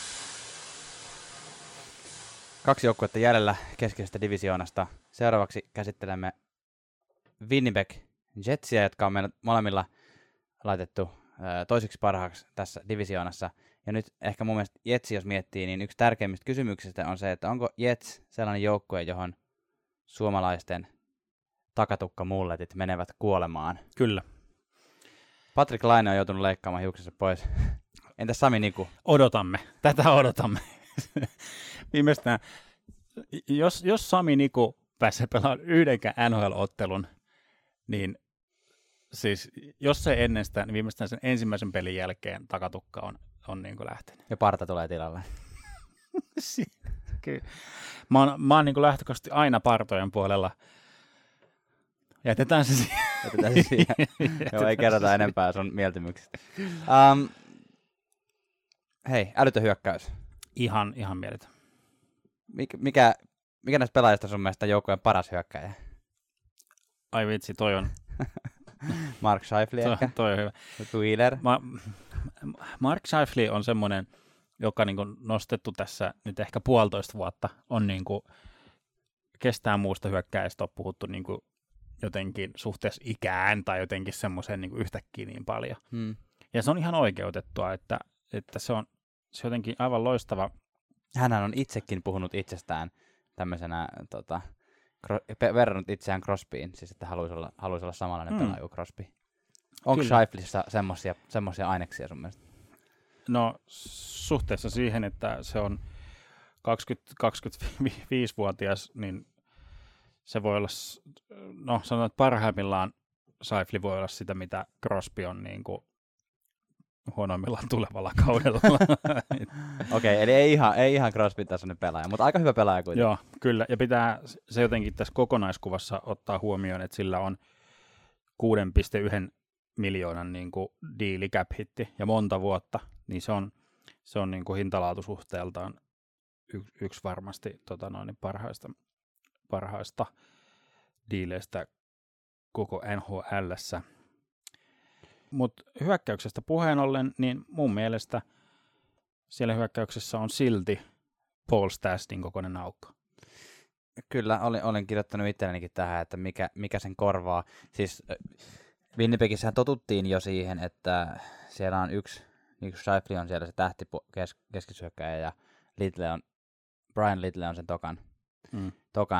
Kaksi joukkuetta jäljellä keskeisestä divisioonasta. Seuraavaksi käsittelemme Winnipeg Jetsiä, jotka on meillä molemmilla laitettu toiseksi parhaaksi tässä divisioonassa. Ja nyt ehkä mun mielestä Jetsi, jos miettii, niin yksi tärkeimmistä kysymyksistä on se, että onko Jets sellainen joukkue, johon suomalaisten takatukkamulletit menevät kuolemaan. Kyllä. Patrick Laine on joutunut leikkaamaan hiuksensa pois. Entäs Sami Niku? Odotamme. Tätä odotamme. Viimeistään, jos, jos Sami Niku pääsee pelaamaan yhdenkään N H L-ottelun, niin siis jos se ennen sitä, niin viimeistään sen ensimmäisen pelin jälkeen takatukka on, on niin kuin lähtenyt. Ja parta tulee tilalle. Kyllä. Mä oon, mä oon niin kuin lähtökohtaisesti aina partojen puolella. Jätetään se siihen. Jätetään se siihen. Joo, ei kerrota enempää sun mieltymyksistä. Um, hei, älytön hyökkäys. Ihan, ihan mieletön. Mik, mikä, mikä näistä pelaajista sun mielestä joukkojen paras hyökkäjä? Ai vitsi, toi on... Mark Scheifele toi, ehkä. Toi on hyvä. Wheeler. Ma, Mark Scheifele on semmoinen, joka niin kuin nostettu tässä nyt ehkä puolitoista vuotta, on niin kuin, kestää muusta hyökkäistä, on puhuttu niin kuin jotenkin suhteessa ikään tai jotenkin semmoiseen niin kuin yhtäkkiä niin paljon. Hmm. Ja se on ihan oikeutettua, että, että se on se jotenkin aivan loistava. Hänhän on itsekin puhunut itsestään tämmöisenä, tota, kro- verrannut itseään Crosbyin, siis että haluaisi olla, haluaisi olla samanlainen hmm. pelaaja kuin Crosby. Onko Scheifelissa semmoisia, semmoisia aineksia sun mielestä? No suhteessa siihen, että se on kaksikymmentä kaksikymmentäviisivuotias, niin se voi olla, no sanotaan, että parhaimmillaan Scheifele voi olla sitä, mitä Crosby on niin kuin huonoimmillaan tulevalla kaudella. Okei, okay, eli ei ihan, ei ihan Crosby-tasoinen pelaaja, mutta aika hyvä pelaaja kuitenkin. Joo, kyllä, ja pitää se jotenkin tässä kokonaiskuvassa ottaa huomioon, että sillä on kuusi pilkku yksi miljoonan niin kuin diili cap hitti ja monta vuotta, niin se on, se on niin kuin hintalaatusuhteeltaan y- yksi varmasti tota noin, parhaista, parhaista diileistä koko N H L:ssä. Mutta hyökkäyksestä puheen ollen, niin mun mielestä siellä hyökkäyksessä on silti Paul Stastnin kokoinen aukko. Kyllä, olen, olen kirjoittanut itsellenikin tähän, että mikä, mikä sen korvaa. Siis Winnipegissähän totuttiin jo siihen, että siellä on yksi, yksi Scheifele on siellä se tähti kes, keskisyökkäjä ja Little on, Brian Little on sen tokan, mm. tokan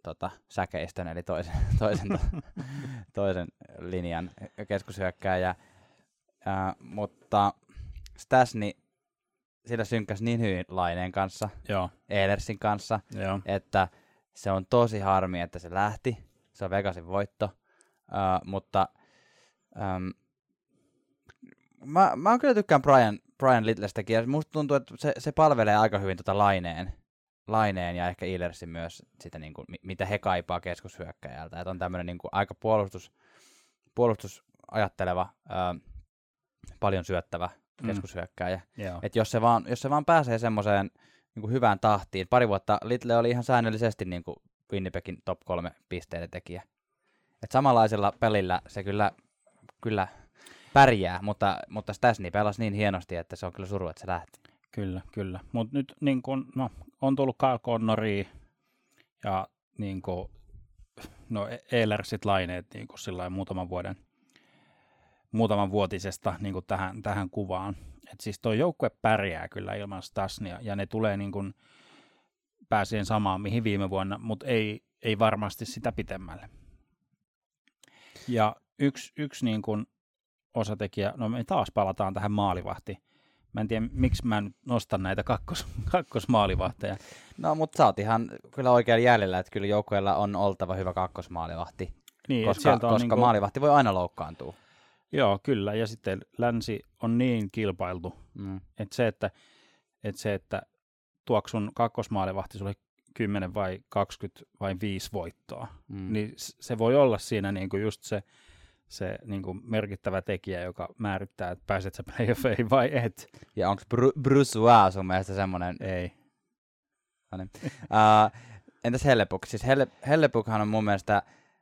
tota, säkeistön, eli toisen, toisen, toisen linjan keskushyökkääjä. Ää, mutta Stasny, sillä synkkäsi niin hyvin Laineen kanssa, Joo. Ehlersin kanssa, Joo. että se on tosi harmi, että se lähti. Se on Vegasin voitto, uh, mutta um, mä, mä kyllä tykkään Brian, Brian Littlestäkin, ja musta tuntuu, että se, se palvelee aika hyvin tota Laineen, Laineen ja ehkä Illersin myös sitä, niin kuin, mitä he kaipaa keskushyökkäjältä. Että on tämmöinen niin kuin aika puolustus, puolustusajatteleva, uh, paljon syöttävä keskushyökkääjä. Mm. Että jos se vaan, jos se vaan pääsee semmoiseen niin kuin hyvään tahtiin. Pari vuotta Little oli ihan säännöllisesti niin kuin Winnipegin top kolme pisteiden tekijä. Et samanlaisella pelillä se kyllä, kyllä pärjää, mutta, mutta Stasny pelasi niin hienosti, että se on kyllä suru, että se lähti. Kyllä, kyllä. Mutta nyt niin kun, no, on tullut Kyle Connoria ja niin kun, no, Ehlersit Laineet niin kun sillain muutaman vuoden muutaman vuotisesta niin kun tähän, tähän kuvaan. Et siis tuo joukkue pärjää kyllä ilman Stasnya ja ne tulee niin kun pääseen samaan mihin viime vuonna, mutta ei, ei varmasti sitä pitemmälle. Ja yksi, yksi niin kun osatekijä, no me taas palataan tähän maalivahtiin. Mä en tiedä, miksi mä nyt nostan näitä kakkos, kakkosmaalivahteja. No, mutta sä oot ihan kyllä oikealla jäljellä, että kyllä joukkueella on oltava hyvä kakkosmaalivahti, Niin, koska, koska niinku maalivahti voi aina loukkaantua. Joo, kyllä. Ja sitten länsi on niin kilpailtu, Mm. että se, että, että se, että tuoksi sun kakkosmaalivahti sulle kymmenen vai kaksikymmentä vai viisi voittoa, Mm. niin se voi olla siinä niinku just se, se niinku merkittävä tekijä, joka määrittää, että pääset sä playoffeihin vai et. Ja onko Bru- Bruce sun mielestä semmoinen? Ei. No niin. uh, entäs Hellebuyck? Siis Helle, Hellebuyckhan on mun mielestä,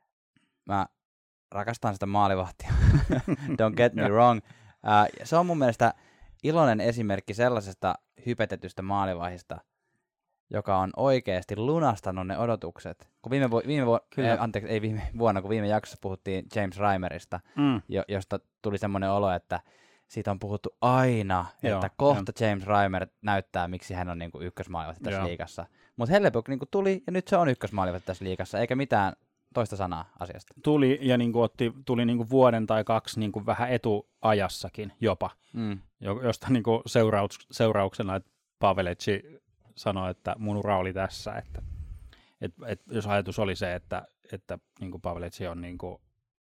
mä rakastan sitä maalivahtia, don't get me wrong. Uh, se on mun mielestä iloinen esimerkki sellaisesta hypetetystä maalivahista, joka on oikeasti lunastanut ne odotukset. Kun viime, vu- viime vu- äh, anteeksi, ei viime vuonna, kun viime jaksossa puhuttiin James Reimerista, mm. jo- josta tuli semmoinen olo, että siitä on puhuttu aina, Joo, että kohta jo. James Reimer näyttää, miksi hän on niinku ykkösmaalivahti tässä Joo. liigassa. Mutta Hellebuyck niinku tuli, ja nyt se on ykkösmaalivahti tässä liigassa, eikä mitään toista sanaa asiasta. Tuli ja niinku otti, tuli niinku vuoden tai kaksi niinku vähän etuajassakin jopa, Mm. josta niinku seurauks, seurauksena, että Pavelec sanoi, että mun ura oli tässä, että et, et, jos ajatus oli se, että, että niinku Pavelec on niinku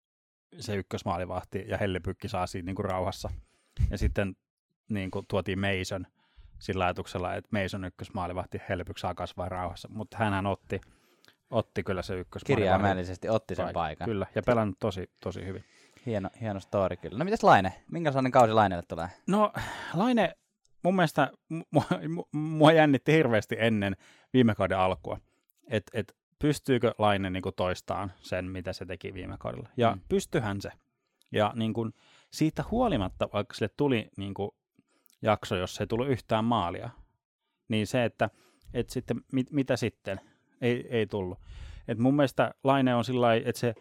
se ykkösmaalivahti ja Hellebuyck saa siinä niinku rauhassa. Ja sitten niinku tuotiin Mason sillä ajatuksella, että Mason ykkösmaalivahti, Hellebuyck saa kasvaa rauhassa, mutta hänhän otti, otti kyllä se ykkösmaalivahti. Kirjaimellisesti otti sen paikan. paikan. Kyllä, ja pelannut tosi, tosi hyvin. Hieno, hieno story kyllä. No mitäs Laine? Minkälainen kausi Laineelle tulee? No Laine, mun mielestä mua, mua jännitti hirveästi ennen viime kauden alkua, että et pystyykö Laine niinku toistamaan sen, mitä se teki viime kaudella. Ja mm. pystyihän se. Ja niinku, siitä huolimatta, vaikka sille tuli niinku, jakso, jos ei tullut yhtään maalia, niin se, että et sitten, mit, mitä sitten, ei, ei tullut. Et mun mielestä Laine on sillä lailla, että se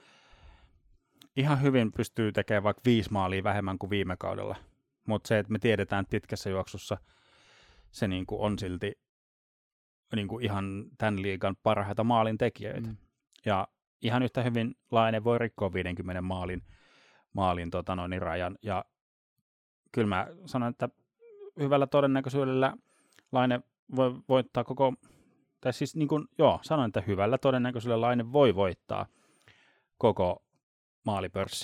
ihan hyvin pystyy tekemään vaikka viisi maalia vähemmän kuin viime kaudella. Mutta se, että me tiedetään, että pitkässä juoksussa se niinku on silti niinku ihan tämän liigan parhaita maalintekijöitä. Mm. Ja ihan yhtä hyvin Laine voi rikkoa viidenkymmenen maalin, maalin tota noin, rajan. Ja kyllä mä sanon, että hyvällä todennäköisyydellä Laine voi voittaa koko, tai siis niin kuin, joo, sanon, että hyvällä todennäköisyydellä Laine voi voittaa koko maalipörssi.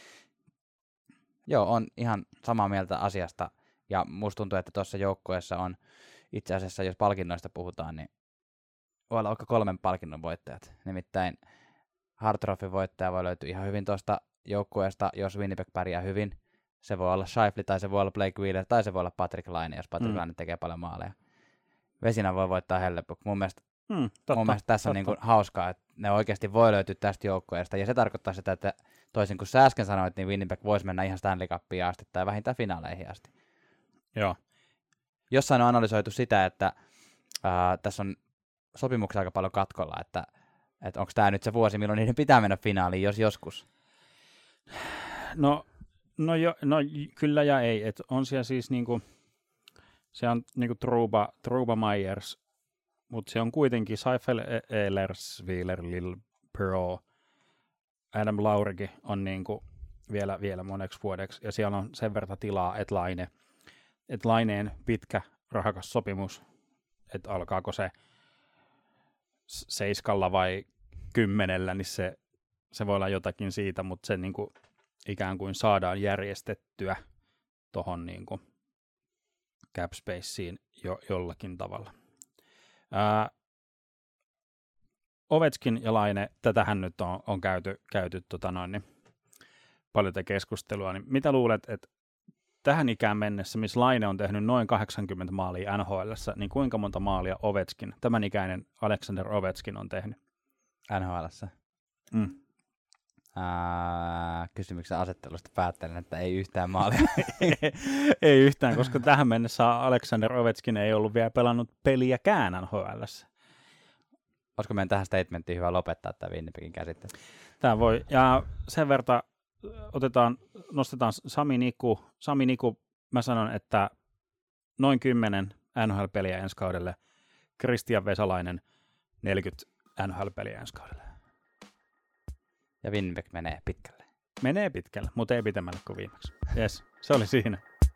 Joo, on ihan samaa mieltä asiasta, ja musta tuntuu, että tuossa joukkueessa on itse asiassa, jos palkinnoista puhutaan, niin voi olla vaikka kolmen palkinnon voittajat. Nimittäin Hart Trophyn voittaja voi löytyä ihan hyvin tuosta joukkueesta, jos Winnipeg pärjää hyvin. Se voi olla Scheifele, tai se voi olla Blake Wheeler, tai se voi olla Patrick Laine, jos Patrick mm. Laine tekee paljon maaleja. Vesina voi voittaa Hellebuyck. Mun mielestä, mm, totta, mun mielestä tässä totta. on niin kuin hauskaa, että ne oikeasti voi löytyä tästä joukkueesta, ja se tarkoittaa sitä, että toisin kuin sä äsken sanoit, niin Winnipeg voisi mennä ihan Stanley Cupiin asti, tai vähintään finaaleihin asti. Joo. Jossain on analysoitu sitä, että ää, tässä on sopimuksia aika paljon katkolla, että, että onko tämä nyt se vuosi, milloin niiden pitää mennä finaaliin, jos joskus? No, no, jo, no kyllä ja ei. Et on siellä siis niinku, se on niinku Trouba, Trouba Myers mutta se on kuitenkin Seifel, Ehlerswiller, Lil Pro, Adam Laurikin on niinku vielä, vielä moneksi vuodeksi, ja siellä on sen verran tilaa, että Laine, et Laineen pitkä rahakas sopimus, että alkaako se seiskalla vai kymmenellä, niin se, se voi olla jotakin siitä, mutta se niinku ikään kuin saadaan järjestettyä tuohon niinku cap spaceen jo, jollakin tavalla. Ää, Ovechkin ja Laine, tätähän nyt on, on käyty, käyty tota noin, niin paljon tätä keskustelua, niin mitä luulet, että tähän ikään mennessä, missä Laine on tehnyt noin kahdeksankymmentä maalia N H L:ssä, niin kuinka monta maalia Ovechkin, tämän ikäinen Alexander Ovechkin on tehnyt? N H L:ssä? Mm. Ää, kysymyksen asettelusta päättelen, että ei yhtään maalia. Ei yhtään, koska tähän mennessä Alexander Ovechkin ei ollut vielä pelannut peliäkään N H L:ssä. Olisiko meidän tähän statementtiin hyvä lopettaa tämä Winnipegin käsittely? Tämä voi, ja sen verran otetaan, nostetaan Sami Niku. Sami Niku, mä sanon, että noin kymmenen N H L-peliä ensi kaudelle. Kristian Vesalainen, neljäkymmentä N H L-peliä ensi kaudelle. Ja Winnipeg menee pitkälle. Menee pitkälle, mutta ei pitemmälle kuin viimeksi. Jes, se oli siinä.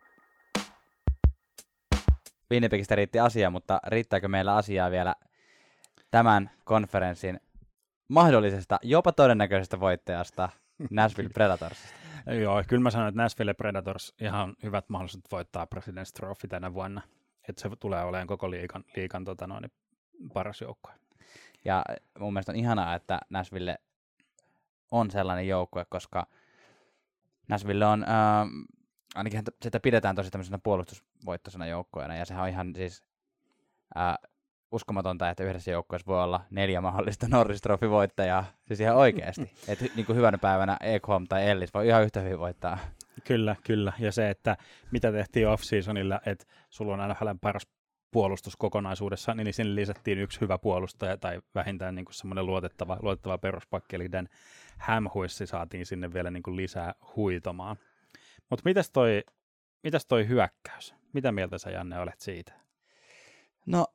Winnipegistä riitti asiaa, mutta riittääkö meillä asiaa vielä tämän konferenssin mahdollisesta, jopa todennäköisestä voittajasta, Nashville Predatorsista? Joo, kyllä mä sanon, että Nashville Predators ihan hyvät mahdollisuudet voittaa President's Trophy tänä vuonna. Että se tulee olemaan koko liigan, liigan tota noin, paras joukkue. Ja mun mielestä on ihanaa, että Nashville on sellainen joukkue, koska Nashville on, äh, ainakin sitä pidetään tosi tämmöisenä puolustusvoittoisena joukkueena, ja sehän on ihan siis äh, uskomatonta, että yhdessä joukkueessa voi olla neljä mahdollista Norris Trophy-voittajaa, siis ihan oikeasti. Että niin kuin hyvänä päivänä Ekholm tai Ellis voi ihan yhtä hyvin voittaa. Kyllä, kyllä. Ja se, että mitä tehtiin off-seasonilla, että sulla on aina N H L:n paras puolustus kokonaisuudessa, niin sinne lisättiin yksi hyvä puolustaja tai vähintään niin kuin semmoinen luotettava, luotettava peruspakki, eli Dan Hamhuissi saatiin sinne vielä niin kuin lisää huitomaan. Mutta mitäs toi, mitäs toi hyökkäys? Mitä mieltä sä, Janne, olet siitä? No,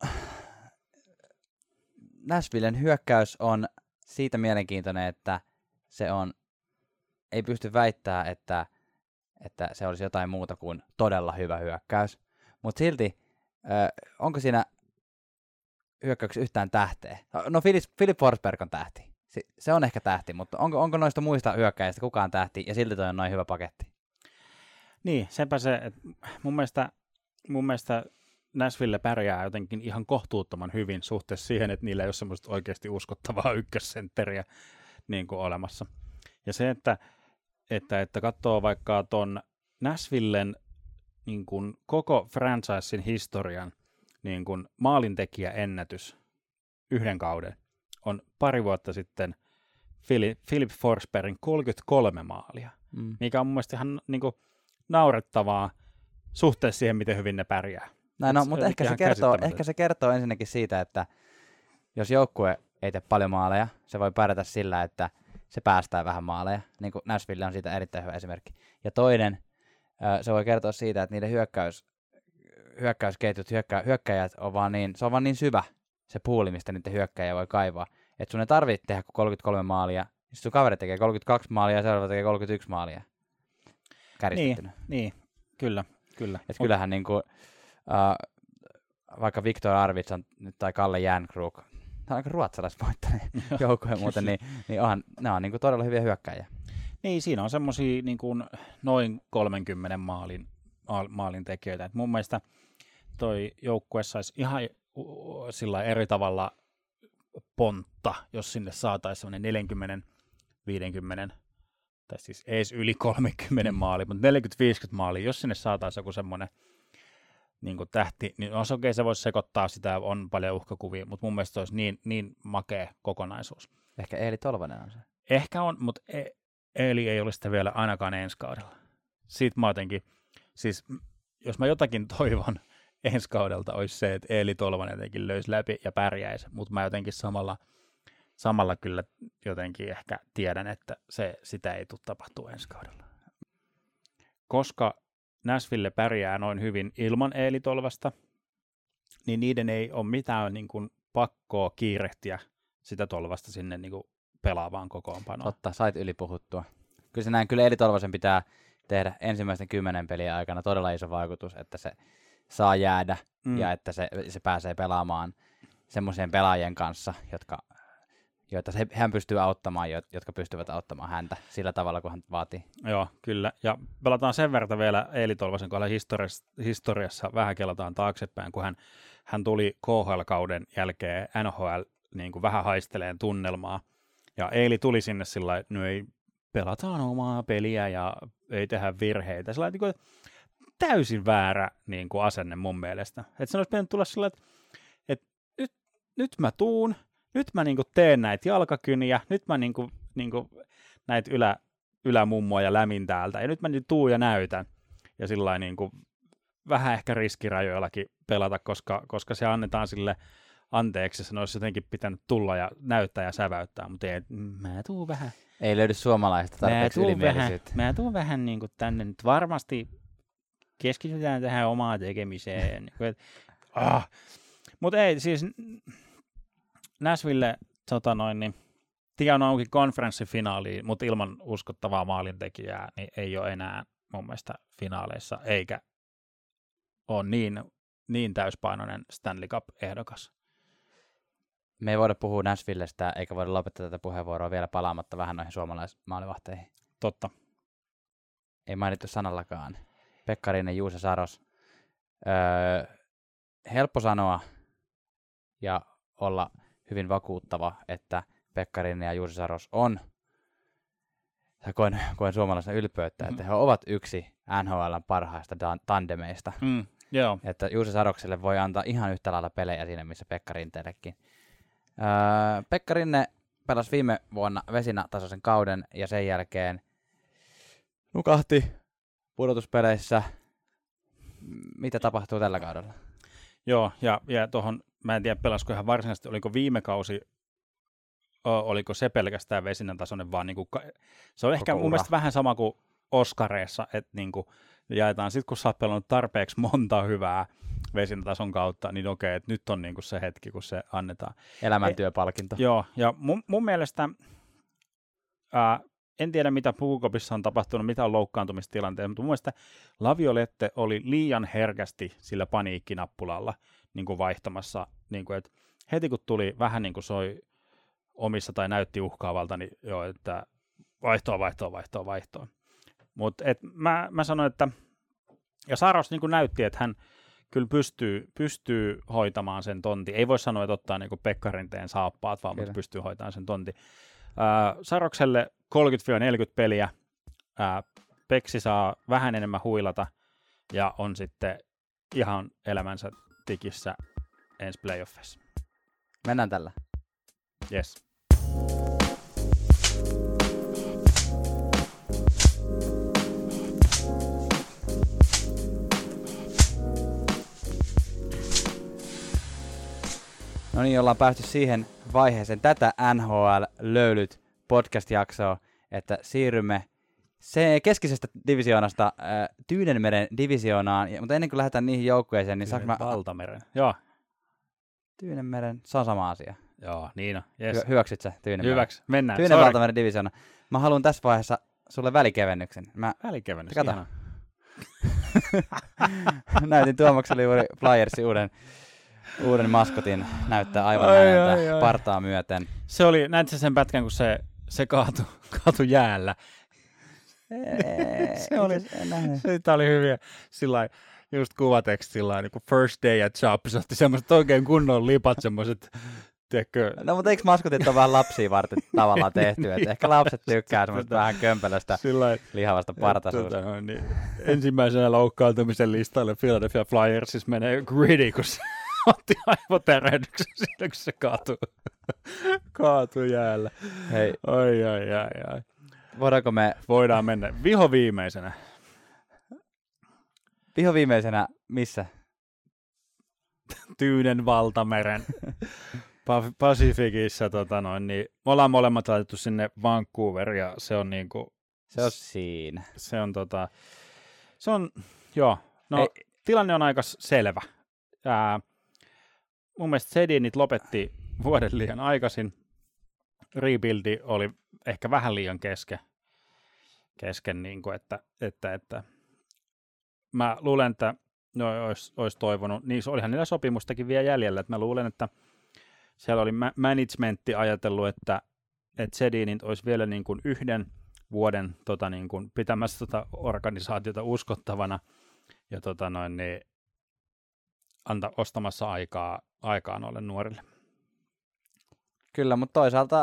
Nashvillen hyökkäys on siitä mielenkiintoinen, että se on, ei pysty väittämään, että, että se olisi jotain muuta kuin todella hyvä hyökkäys, mutta silti Ö, onko siinä hyökkäyksessä yhtään tähteä? No Philip, Philip Forsberg on tähti. Se, se on ehkä tähti, mutta onko, onko noista muista hyökkäjistä kukaan tähti ja silti toi on noin hyvä paketti? Niin, sepä se, että mun mielestä, mun mielestä Nashville pärjää jotenkin ihan kohtuuttoman hyvin suhteessa siihen, että niillä ei ole semmoista oikeasti uskottavaa ykkössentteriä niin kuin olemassa. Ja se, että, että, että katsoo vaikka ton Nashvillen niin kuin koko franchisein historian niin kuin maalintekijäennätys yhden kauden on pari vuotta sitten Philip, Philip Forsbergin kolmekymmentäkolme maalia, mm. mikä on mun mielestä ihan niin kuin naurettavaa suhteessa siihen, miten hyvin ne pärjää. Näin, no, mutta ehkä se, kertoo, ehkä se kertoo ensinnäkin siitä, että jos joukkue ei tee paljon maaleja, se voi pärjätä sillä, että se päästää vähän maaleja, niin kuin Nashville on siitä erittäin hyvä esimerkki. Ja toinen, se voi kertoa siitä, että niiden hyökkäys, hyökkäysketjut, hyökkä, hyökkäjät on vaan niin, se on vaan niin syvä se puuli, mistä niiden hyökkäjä voi kaivaa. Että sun ei tarvitse tehdä kuin kolmekymmentäkolme maalia, ja sun kaveri tekee kolmekymmentäkaksi maalia ja seuraava tekee kolmekymmentäyksi maalia. Käristettynä. Niin, niin, kyllä, kyllä. Et kyllähän niinku, uh, vaikka Viktor Arvidsson tai Kalle Järnkrok, tämä on aika ruotsalaisvoittainen joukkoja muuten, niin, niin onhan, ne on niinku todella hyviä hyökkäjiä. Niin, siinä on semmosia niin kuin noin kolmenkymmenen maalin, maalin tekijöitä. Et mun mielestä toi joukkue saisi ihan sillä eri tavalla pontta, jos sinne saataisiin semmoinen neljäkymmentä viisikymmentä, tai siis ei yli kolmekymmentä maali, mutta neljäkymmentä viisikymmentä maalia, jos sinne saataisiin joku semmoinen niin kuin tähti, niin on se okei, se voisi sekoittaa sitä, on paljon uhkakuvia, mutta mun mielestä se olisi niin, niin makea kokonaisuus. Ehkä Eeli Tolvanen on se. Ehkä on, mutta e- Eeli ei ole sitä vielä ainakaan ensi kaudella. Siitä mä jotenkin, siis jos mä jotakin toivon ensi kaudelta, olisi se, että Eeli Tolvanen jotenkin löysi läpi ja pärjäisi, mutta mä jotenkin samalla, samalla kyllä jotenkin ehkä tiedän, että se, sitä ei tule tapahtua ensi kaudella. Koska Nashville pärjää noin hyvin ilman Eeli Tolvasta, niin niiden ei ole mitään niin kuin pakkoa kiirehtiä sitä Tolvasta sinne niin kuin pelaavaan kokoonpanoon. Totta, sait ylipuhuttua. Kyllä se näin, kyllä Eeli Tolvasen pitää tehdä ensimmäisten kymmenen pelien aikana todella iso vaikutus, että se saa jäädä mm. ja että se, se pääsee pelaamaan semmoisien pelaajien kanssa, jotka, joita se, hän pystyy auttamaan, jotka pystyvät auttamaan häntä sillä tavalla, kun hän vaatii. Joo, kyllä. Ja pelataan sen verran vielä Eeli Tolvasen kohdalla historiassa, historiassa vähän kelataan taaksepäin, kun hän, hän tuli K H L-kauden jälkeen N H L niin kuin vähän haisteleen tunnelmaa. Ja Eeli tuli sinne sillä lailla, että no ei, pelataan omaa peliä ja ei tehdä virheitä. Sillä lailla, niin täysin väärä niin kuin asenne mun mielestä. Että se olisi pitänyt tulla sillä lailla, että, että nyt, nyt mä tuun, nyt mä niin kuin teen näitä jalkakyniä, nyt mä niin kuin, niin kuin näitä ylä, ylämummoja lämin täältä, ja nyt mä nyt tuun ja näytän. Ja sillä lailla niin kuin vähän ehkä riskirajoillakin pelata, koska, koska se annetaan sille anteeksi, se olisi jotenkin pitänyt tulla ja näyttää ja säväyttää, mutta ei, mä tuun vähän. Ei löydy suomalaista tarpeeksi ylimielisyyttä. Mä tuun vähän niin kuin tänne nyt varmasti keskitytään tähän omaan tekemiseen. ah. Mutta ei, siis Nashville tota noin, niin, tie on auki konferenssifinaaliin, mutta ilman uskottavaa maalintekijää niin ei ole enää mun mielestä finaaleissa, eikä ole niin, niin täyspainoinen Stanley Cup-ehdokas. Me ei voida puhua Nashvillestä, eikä voida lopettaa tätä puheenvuoroa vielä palaamatta vähän noihin suomalaismaalivahteihin. Totta. Ei mainittu sanallakaan. Pekkarinen, Juuse Saros. Öö, helppo sanoa ja olla hyvin vakuuttava, että Pekkarinen ja Juuse Saros on, koen, koen suomalaisen ylpeyttä, mm-hmm. että he ovat yksi N H L:n parhaista tandemeista. Mm, joo. Että Juuse Sarokselle voi antaa ihan yhtä lailla pelejä siinä, missä Pekka Rinteellekin. Öö, Pekka Rinne pelasi viime vuonna Vesina-tasoisen kauden ja sen jälkeen nukahti pudotuspeleissä. Mitä tapahtuu tällä kaudella? Joo, ja, ja tuohon, mä en tiedä pelasko ihan varsinaisesti, oliko viime kausi, o, oliko se pelkästään Vesinan tasoinen, vaan niinku, se on ehkä mun mielestä vähän sama kuin Oskareissa, että niinku, jaetaan sitten, kun sä oot pelannut tarpeeksi monta hyvää Vesinan tason kautta, niin okei, että nyt on niinku se hetki, kun se annetaan. Elämäntyöpalkinto. E, joo, ja mun, mun mielestä, ää, en tiedä mitä Pukukopissa on tapahtunut, mitä on loukkaantumistilanteessa, mutta mun mielestä Laviolette oli liian herkästi sillä paniikkinappulalla niin kuin vaihtamassa, niin kuin, että heti kun tuli vähän niin kuin soi omissa tai näytti uhkaavalta, niin joo, että vaihtoa, vaihtoa, vaihtoa, vaihtoa. Mutta mä, mä sanoin, että ja Saros niin kuin näytti, että hän kyllä pystyy, pystyy hoitamaan sen tontin. Ei voi sanoa, että ottaa niin kuin Pekka Rinteen saappaat, vaan mutta pystyy hoitamaan sen tontin. Äh, Sarokselle kolmekymmentä neljäkymmentä peliä, äh, Peksi saa vähän enemmän huilata ja on sitten ihan elämänsä tikissä ensi playoffissa. Mennään tällä. Yes. No niin, ollaan päästy siihen vaiheeseen tätä N H L-löylyt podcast-jaksoa, että siirrymme se keskisestä divisioonasta äh, Tyynenmeren divisioonaan, ja, mutta ennen kuin lähdetään niihin joukkueisiin, niin saanko mä... Valtameren, joo. Tyynenmeren, se on sama asia. Joo, niin on, yes. Hy- hyväksyt sä Tyynenmeren? Hyväks, mennään. Tyynen Valtameren divisioona. Mä haluan tässä vaiheessa sulle välikevennyksen. Mä... Välikevennys, kato. Näytin Tuomakselle juuri Flyersin uuden, uuden maskotin, näyttää aivan ai, häneltä ai, ai. partaa myöten. Se oli, näitkö sen pätkän, kun se, se kaatui, kaatui jäällä? Eee, se oli, se oli hyviä, sillä just kuvateksti sillä niin kuin first day at job, se otti semmoiset oikein kunnon lipat, semmoiset, tiedätkö? No mutta eikö maskotit ole vähän lapsia varten tavallaan tehty, että ehkä lapset tykkää semmoista vähän kömpelöstä lihavasta partasuusta. Tota, no, niin, ensimmäisenä loukkaantumisen listalle Philadelphia Flyers menee Gritty, kun se otti aivotärähdyksen siinä, kun se kaatui, kaatui jäällä. Hei. Ai, ai, ai, ai. Voidaanko me... Voidaan mennä. Viho viimeisenä. Viho viimeisenä missä? Tyynen valtameren Pasifikissa. Tota noin, niin me ollaan molemmat laitettu sinne Vancouver ja se on niinku... Se on siinä. Se on tota... Se on... Joo. No, Ei. Tilanne on aika selvä. Ää, mun mielestä Sedinit lopetti vuoden liian aikaisin. Rebuildi oli ehkä vähän liian kesken, kesken niin kuin, että, että, että mä luulen, että no, olisi, olisi toivonut, niin olihan niillä sopimustakin vielä jäljellä, että mä luulen, että siellä oli ma- managementti ajatellut, että, että Sedinit olisi vielä niin kuin yhden vuoden tota, niin kuin pitämässä tota organisaatiota uskottavana ja tota, noin, niin, anta, ostamassa aikaa, aikaa noille nuorille. Kyllä, mutta toisaalta,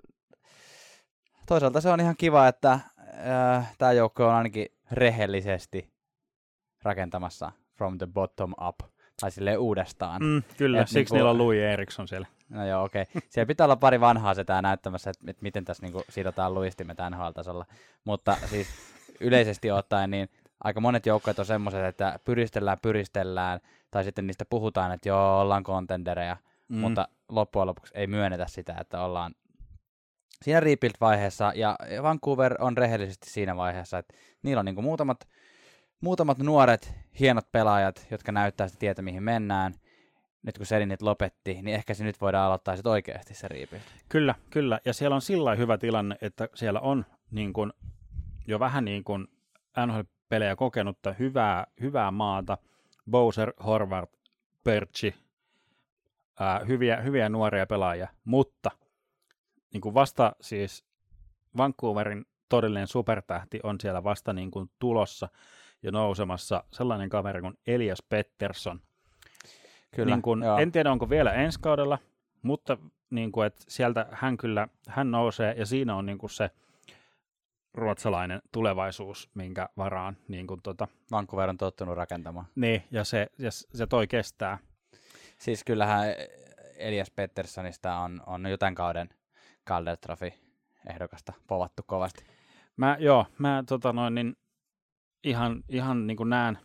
toisaalta se on ihan kiva, että äh, tämä joukko on ainakin rehellisesti rakentamassa from the bottom up, tai silleen uudestaan. Mm, kyllä, et siksi niinku, niillä on Louis Eriksson siellä. No joo, okei. Okay. Siellä pitää olla pari vanhaa setää näyttämässä, että et miten tässä niinku sidotaan luistimet N H L-tasolla. Mutta siis yleisesti ottaen, niin aika monet joukkueet on semmoiset, että pyristellään, pyristellään, tai sitten niistä puhutaan, että joo, ollaan kontendereja, mm. mutta loppujen lopuksi ei myönnetä sitä, että ollaan siinä rebuild-vaiheessa, ja Vancouver on rehellisesti siinä vaiheessa, että niillä on niinku muutamat, muutamat nuoret, hienot pelaajat, jotka näyttää sitä tietä, mihin mennään. Nyt kun Sedinit lopetti, niin ehkä se nyt voidaan aloittaa sitten oikeasti se rebuild. Kyllä, kyllä, ja siellä on sillä hyvä tilanne, että siellä on niin kuin, jo vähän niin kuin N H L-pelejä kokenutta hyvää, hyvää maata, Bowser, Horvath, Perchi, ää, hyviä, hyviä nuoria pelaajia, mutta niin kuin vasta siis Vancouverin todellinen supertähti on siellä vasta niin kuin tulossa ja nousemassa sellainen kaveri kuin Elias Pettersson. Kyllä, niin kuin, en tiedä, onko vielä ensi kaudella, mutta niin kuin, että sieltä hän kyllä hän nousee ja siinä on niin kuin se ruotsalainen tulevaisuus, minkä varaan niin kuin, tota, Vancouver on tottunut rakentamaan. Niin, ja se, ja se toi kestää. Siis kyllähän Elias Petterssonista on, on jo tämän kauden Calder Trophy-ehdokasta povattu kovasti. Mä, joo, mä tota noin, niin ihan, ihan niin kuin näen,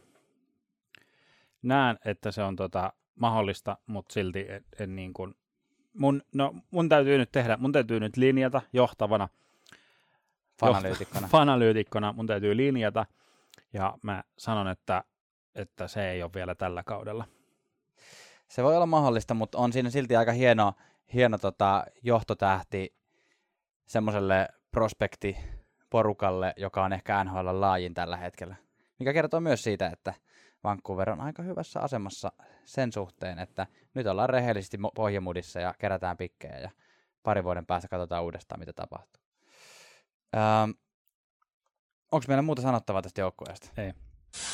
näen, että se on tota, mahdollista, mutta silti en, en niin kuin, mun, no, mun täytyy nyt tehdä, mun täytyy nyt linjata johtavana Fanalyytikkona. Fanalyytikkona mun täytyy linjata, ja mä sanon, että, että se ei ole vielä tällä kaudella. Se voi olla mahdollista, mutta on siinä silti aika hieno, hieno tota, johtotähti semmoiselle prospektiporukalle, joka on ehkä N H L laajin tällä hetkellä. Mikä kertoo myös siitä, että Vancouver on aika hyvässä asemassa sen suhteen, että nyt ollaan rehellisesti pohjamudissa ja kerätään pikkejä ja parin vuoden päästä katsotaan uudestaan, mitä tapahtuu. Ähm, onko meillä muuta sanottavaa tästä joukkueesta? Ei.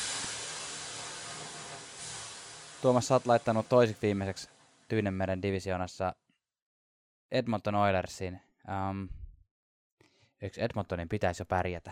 Tuomas, sä oot laittanut toiseksi viimeiseksi Tyynenmeren divisioonassa Edmonton Oilersin. Um, eikö Edmontonin pitäisi jo pärjätä?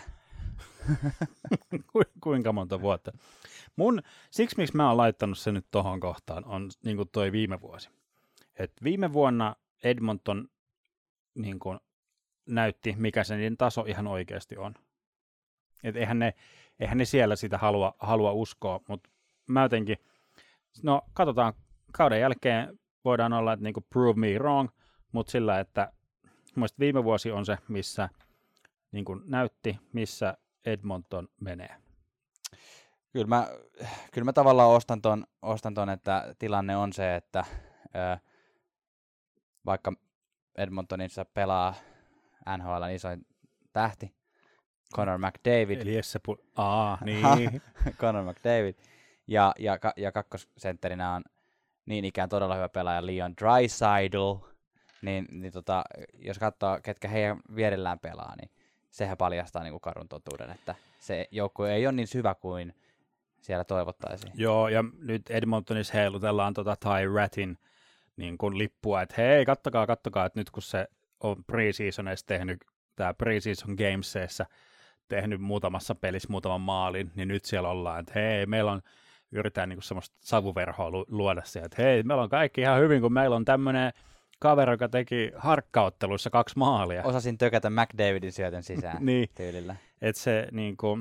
Kuinka monta vuotta? Mun, siksi miksi mä oon laittanut sen nyt tohon kohtaan, on niin kuin toi viime vuosi. Et viime vuonna Edmonton niin kuin näytti, mikä se niiden taso ihan oikeasti on. Et eihän, ne, eihän ne siellä sitä halua, halua uskoa, mutta mä jotenkin, no katsotaan, kauden jälkeen voidaan olla, että niinku prove me wrong, mutta sillä, että mielestäni viime vuosi on se, missä niinku näytti, missä Edmonton menee. Kyllä mä, kyllä mä tavallaan ostan ton, ostan ton, että tilanne on se, että ö, vaikka Edmontonissa pelaa N H L:n isoin tähti, Connor McDavid. Eli Jesse Pul- Aa, niin. Connor McDavid. Ja, ja, ja kakkosentterinä on niin ikään todella hyvä pelaaja Leon Draisaitl. Niin, niin tota, jos katsoo, ketkä heidän vierellään pelaa, niin sehän paljastaa niin kuin karun totuuden, että se joukkue ei ole niin syvä kuin siellä toivottaisiin. Joo, ja nyt Edmontonissa heilutellaan tota Ty Rattin niin kuin lippua, että hei, kattokaa, kattokaa, että nyt kun se on pre-seasonissa tehnyt, tämä pre-season gamesissa tehnyt muutamassa pelissä muutaman maalin, niin nyt siellä ollaan, että hei, meillä on, yritetään niin kuin semmoista savuverhoa lu- luoda siihen, että hei, meillä on kaikki ihan hyvin, kun meillä on tämmöinen kaveri, joka teki harkkaotteluissa kaksi maalia. Osasin tökätä McDavidin syötön sisään niin, tyylillä. Että se niin kuin,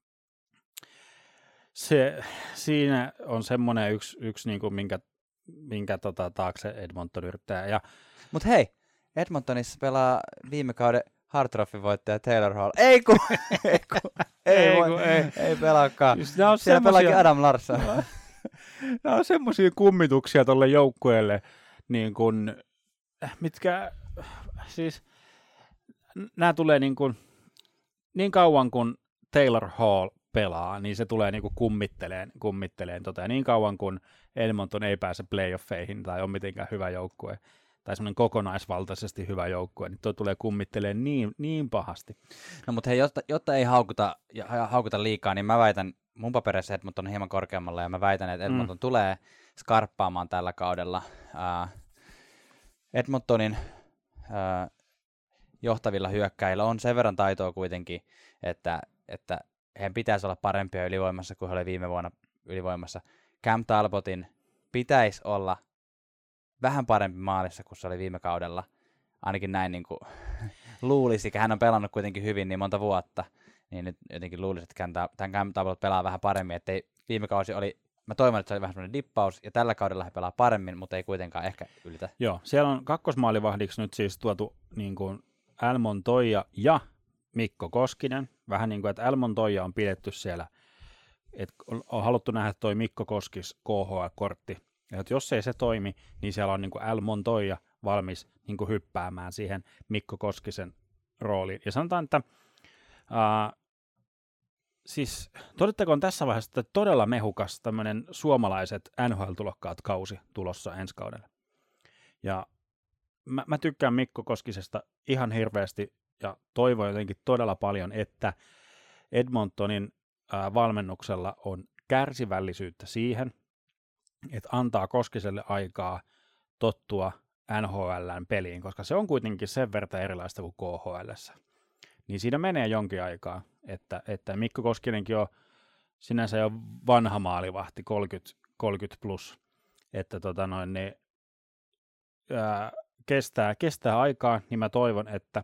se, siinä on semmoinen yksi, yksi niin kuin, minkä, minkä tota, taakse Edmonton yrittää. Ja, mut hei, Edmontonissa pelaa viime kauden Hart Trophyn voittaja Taylor Hall. Ei kun, ei kun, ei, ei, kun, ei. ei pelaakaan. Siellä semmosia... pelaakin Adam Larsson. Nämä on semmoisia kummituksia tuolle joukkueelle, niin kun, mitkä, siis, nämä tulee niin, kun, niin kauan kun Taylor Hall pelaa, niin se tulee niin kuin kummitteleen, kummitteleen tota, ja niin kauan kun Edmonton ei pääse playoffeihin tai on mitenkään hyvä joukkue, tai semmoinen kokonaisvaltaisesti hyvä joukkue, niin tuo tulee kummitteleen niin, niin pahasti. No mutta hei, jotta, jotta ei haukuta, haukuta liikaa, niin mä väitän, mun papereissa Edmonton on hieman korkeammalla, ja mä väitän, että Edmonton mm. tulee skarppaamaan tällä kaudella. Uh, Edmontonin uh, johtavilla hyökkäillä on sen verran taitoa kuitenkin, että, että heidän pitäisi olla parempia ylivoimassa kuin he oli viime vuonna ylivoimassa. Cam Talbotin pitäisi olla vähän parempi maalissa kuin se oli viime kaudella. Ainakin näin niin kuin luulisi, hän on pelannut kuitenkin hyvin niin monta vuotta, niin nyt jotenkin luulisi, että tämän Cam Talbot pelaa vähän paremmin, ettei viime kausi oli, mä toivon, että se oli vähän semmoinen dippaus, ja tällä kaudella he pelaa paremmin, mutta ei kuitenkaan ehkä ylitä. Joo, siellä on kakkosmaalivahdiksi nyt siis tuotu niin kuin Al Montoya ja Mikko Koskinen, vähän niin kuin, että Al Montoya on pidetty siellä, että on haluttu nähdä toi Mikko Koskis K H L-kortti, ja että jos ei se toimi, niin siellä on niin kuin Al Montoya valmis niin kuin hyppäämään siihen Mikko Koskisen rooliin. Ja sanotaan, että uh, siis todettakoon tässä vaiheessa, että todella mehukas tämmöinen suomalaiset N H L-tulokkaat kausi tulossa ensi kaudella. Ja mä, mä tykkään Mikko Koskisesta ihan hirveästi ja toivon jotenkin todella paljon, että Edmontonin ää, valmennuksella on kärsivällisyyttä siihen, että antaa Koskiselle aikaa tottua N H L:n peliin, koska se on kuitenkin sen verran erilaista kuin K H L:ssä. Niin siinä menee jonkin aikaa, että, että Mikko Koskinenkin on sinänsä jo vanha maalivahti, kolmekymmentä, kolmekymmentä plus, että tota noin, niin, ää, kestää, kestää aikaa, niin mä toivon, että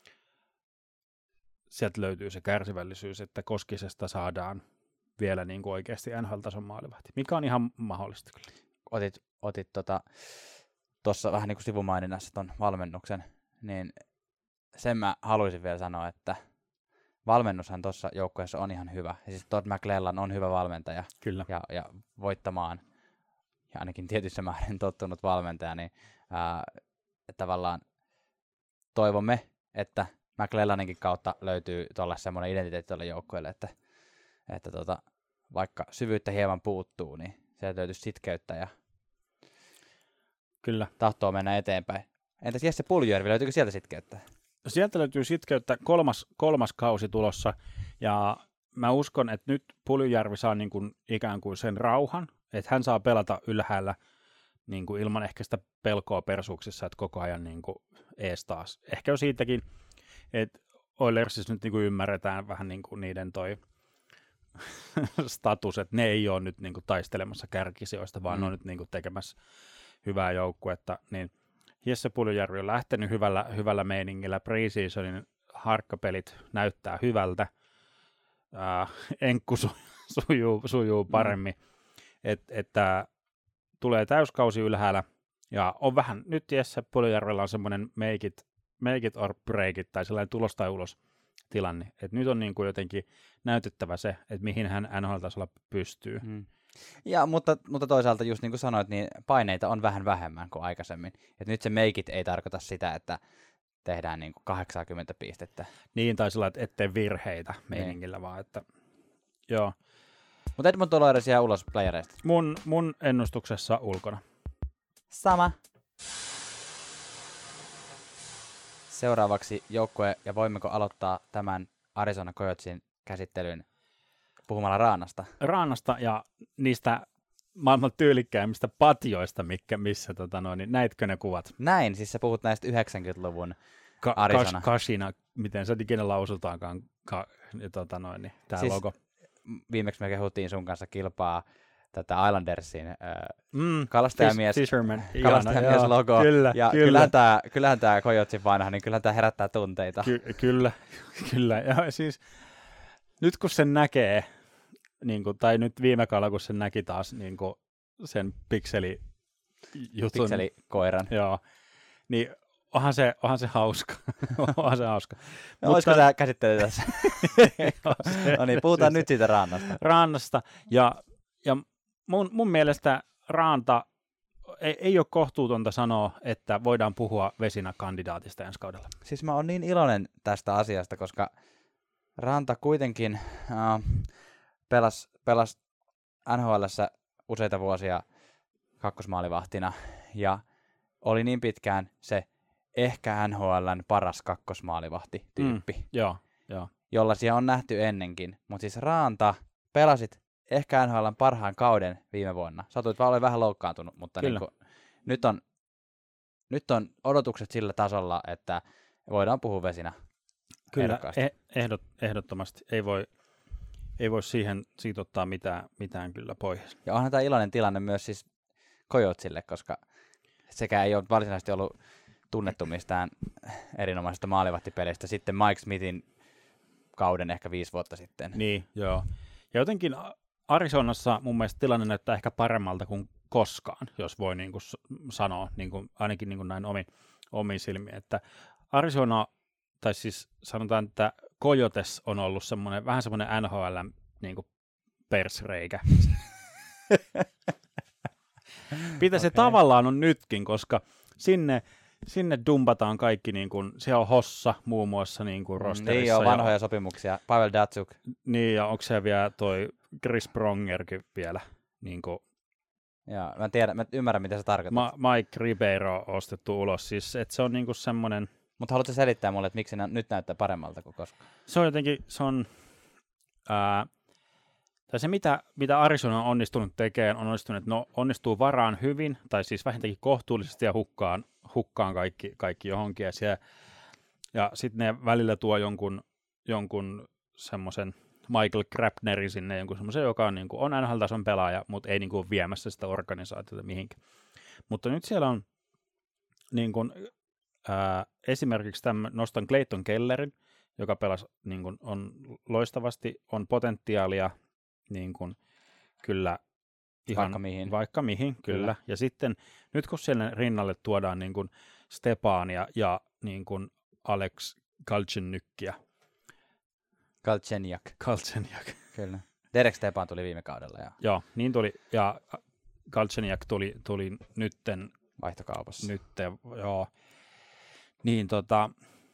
sieltä löytyy se kärsivällisyys, että Koskisesta saadaan vielä niin kuin oikeasti N H L-tason maalivahti, mikä on ihan mahdollista kyllä. Otit, otit tota, tuossa vähän niin kuin sivumaininnassa ton valmennuksen, niin sen mä haluaisin vielä sanoa, että valmennushan tuossa joukkueessa on ihan hyvä. Ja siis Todd McLellan on hyvä valmentaja Kyllä. Ja, ja voittamaan, ja ainakin tietyssä määrin tottunut valmentaja, niin ää, tavallaan toivomme, että McLellaninkin kautta löytyy tuolla semmoinen identiteetti tuolle joukkueelle, että, että tota, vaikka syvyyttä hieman puuttuu, niin sieltä löytyy sitkeyttä ja Kyllä. tahtoa mennä eteenpäin. Entäs Jesse Puljujärvi, löytyykö sieltä sitkeyttä? Sieltä löytyy sitkeyttä, kolmas, kolmas kausi tulossa, ja mä uskon, että nyt Puljujärvi saa niin kuin ikään kuin sen rauhan, että hän saa pelata ylhäällä niin kuin ilman ehkä sitä pelkoa persuuksissa, että koko ajan niin kuin ees taas. Ehkä jo siitäkin, että Oilersissa nyt niin kuin ymmärretään vähän niin kuin niiden toi status, että ne ei ole nyt niin kuin taistelemassa kärkisijoista, vaan mm. ne on nyt niin kuin tekemässä hyvää joukkuetta, niin Jesse Puljujärvi on lähtenyt hyvällä, hyvällä meiningillä. Preseasonin harkkapelit näyttää hyvältä. Äh, enkku su, sujuu, sujuu paremmin. Mm. Et, että tulee täyskausi ylhäällä. Ja on vähän, nyt Jesse Puljujärvellä on semmoinen make it, make it or break it, tai sellainen tulos tai ulos tilanne. Et nyt on niin kuin jotenkin näytettävä se, että mihin hän N H L-tasolla pystyy. Mm. Ja, mutta, mutta toisaalta just niin kuin sanoit, niin paineita on vähän vähemmän kuin aikaisemmin. Et nyt se make it ei tarkoita sitä, että tehdään niin kuin kahdeksankymmentä pistettä. Niin, tai sillä, että ettei virheitä meiningillä, vaan että joo. Mutta Edmonton Oilers jää ulos playereista. Mun, mun ennustuksessa ulkona. Sama. Seuraavaksi joukkue, ja voimmeko aloittaa tämän Arizona Coyotesin käsittelyn puhumalla Raanasta. Raanasta ja niistä maailman tyylikkäimmistä patjoista, mikä, missä tota noin, niin näitkö ne kuvat? Näin, siis sä puhut näistä yhdeksänkymmentäluvun Ka- Arizona. Kas- Kashina, miten se ikinä lausutaankaan, ka- tota noin, niin, tää siis logo. Viimeksi me kehuttiin sun kanssa kilpaa tätä Islandersin äh, mm, kalastajamies, Fisherman. kalastajamies logo. Kyllä, ja kyllä. kyllähän tämä kyllähän tää Coyotesin vanha, niin kyllähän tämä herättää tunteita. Ky- kyllä, kyllä. Ja siis nyt kun sen näkee, niin kuin, tai nyt viime kaudella kun sen näki taas niin kuin sen pikseli jutun. Pikselikoiran. Joo, niin onhan se, onhan se hauska. onhan se hauska. No, Mutta olisiko tämä käsittely tässä? No niin, puhutaan siis nyt siitä Raannasta. Raannasta. Ja, ja mun, mun mielestä Raanta ei, ei ole kohtuutonta sanoa, että voidaan puhua Vesina-kandidaatista ensi kaudella. Siis mä oon niin iloinen tästä asiasta, koska Ranta kuitenkin äh, pelasi pelas N H L:ssä useita vuosia kakkosmaalivahtina ja oli niin pitkään se ehkä N H L:n paras kakkosmaalivahti-tyyppi, Mm, joo, joo. jolla siellä on nähty ennenkin. Mutta siis Raanta pelasit ehkä N H L:n parhaan kauden viime vuonna. Satuit vaan olemaan vähän loukkaantunut, mutta niin kuin, nyt, on, nyt on odotukset sillä tasolla, että voidaan puhua Vesinä. Kyllä, eh, ehdot, ehdottomasti ei voi, ei voi siihen siitä ottaa mitään, mitään kyllä pois. Ja onhan tämä iloinen tilanne myös siis Coyotesille, koska sekä ei ole varsinaisesti ollut tunnettu mistään erinomaisesta maalivahtipeleistä sitten Mike Smithin kauden ehkä viisi vuotta sitten. Niin, joo. Ja jotenkin Arizonassa mun mielestä tilanne näyttää ehkä paremmalta kuin koskaan, jos voi niin kuin sanoa, niin kuin, ainakin niin kuin näin omin, omin silmiin, että Arizona, tai siis sanotaan, että Coyotes on ollut semmoinen, vähän semmoinen N H L niin kuin persreikä. Mitä se okay. tavallaan on nytkin, koska sinne, sinne dumpataan kaikki, niin kuin, siellä on Hossa muun muassa niin kuin rosterissa. Niin on vanhoja ja, sopimuksia, Pavel Datsyuk. Niin, ja onko se vielä toi Chris Prongerkin vielä? Niin kuin, ja, mä, tiedän, mä ymmärrän, mitä se tarkoittaa. Ma- Mike Ribeiro on ostettu ulos, siis että se on niin kuin semmoinen... Mutta haluatko selittää mulle, että miksi ne nyt näyttää paremmalta kuin koskaan? Se on jotenkin, se on... Ää, tai se, mitä, mitä Arizona on onnistunut tekemään, on onnistunut, että no, onnistuu varaan hyvin, tai siis vähintäänkin kohtuullisesti ja hukkaan, hukkaan kaikki, kaikki johonkin. Ja, siellä, ja sitten ne välillä tuo jonkun, jonkun semmoisen Michael Krapnerin sinne, jonkun semmoisen, joka on, niin kuin, on N H L-tason pelaaja, mutta ei niin kuin, viemässä sitä organisaatiota mihinkään. Mutta nyt siellä on niin kuin, ää, esimerkiksi tämän, nostan Clayton Kellerin, joka pelasi niin kuin, on loistavasti, on potentiaalia, niin kuin, kyllä ihan vaikka mihin, vaikka mihin kyllä. kyllä. Ja sitten nyt kun siellä rinnalle tuodaan niin kuin Stepania ja niin kuin Alex Galchenykia. Galchenyuk. Galchenyuk. Kyllä. Derek Stepan tuli viime kaudella. Ja... Joo, niin tuli. Ja Galchenyuk tuli, tuli nytten. Vaihtokaupassa. Nytten, joo. Niin tota,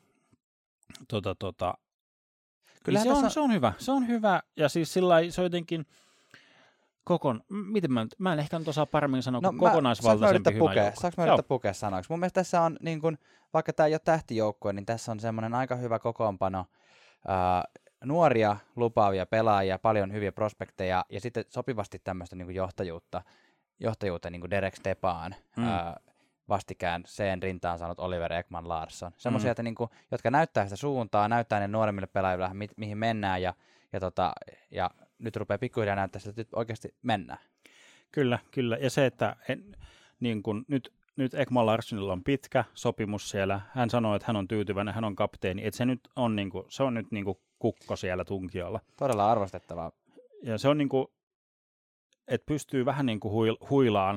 tota, tota. Kyllä se on, on... se on hyvä. Se on hyvä. Ja siis sillä se on jotenkin kokon, miten mä, mä en ehkä nyt osaa paremmin sanoa, no, kokonaisvaltaisempi hyvä pukea, joukko. Saanko mä yrittää pukea sanoiksi? Mun mielestä tässä on, niin kun, vaikka tämä ei ole tähtijoukkue, niin tässä on semmoinen aika hyvä kokoonpano. Ää, nuoria, lupaavia pelaajia, paljon hyviä prospekteja ja sitten sopivasti tämmöistä niin kuin johtajuutta, johtajuutta niin kuin Derek Stepan, mm. ää, vastikään C:n rintaan saanut Oliver Ekman Larsson. Semmoisia, mm. että, niin kuin, jotka näyttää sitä suuntaa, näyttää ne nuoremmille pelaajille, mi- mihin mennään ja, ja, tota, ja nyt rupeaa pikkuhiljaa näyttää sitä, että nyt oikeasti mennään. Kyllä, kyllä. Ja se, että en, niin kun, nyt, nyt Ekman Larssonilla on pitkä sopimus siellä. Hän sanoo, että hän on tyytyväinen, hän on kapteeni. Että se nyt on, niin kun, se on nyt niin kun kukko siellä tunkiolla. Todella arvostettavaa. Ja se on niin kuin, että pystyy vähän niin kuin huil, huilaan,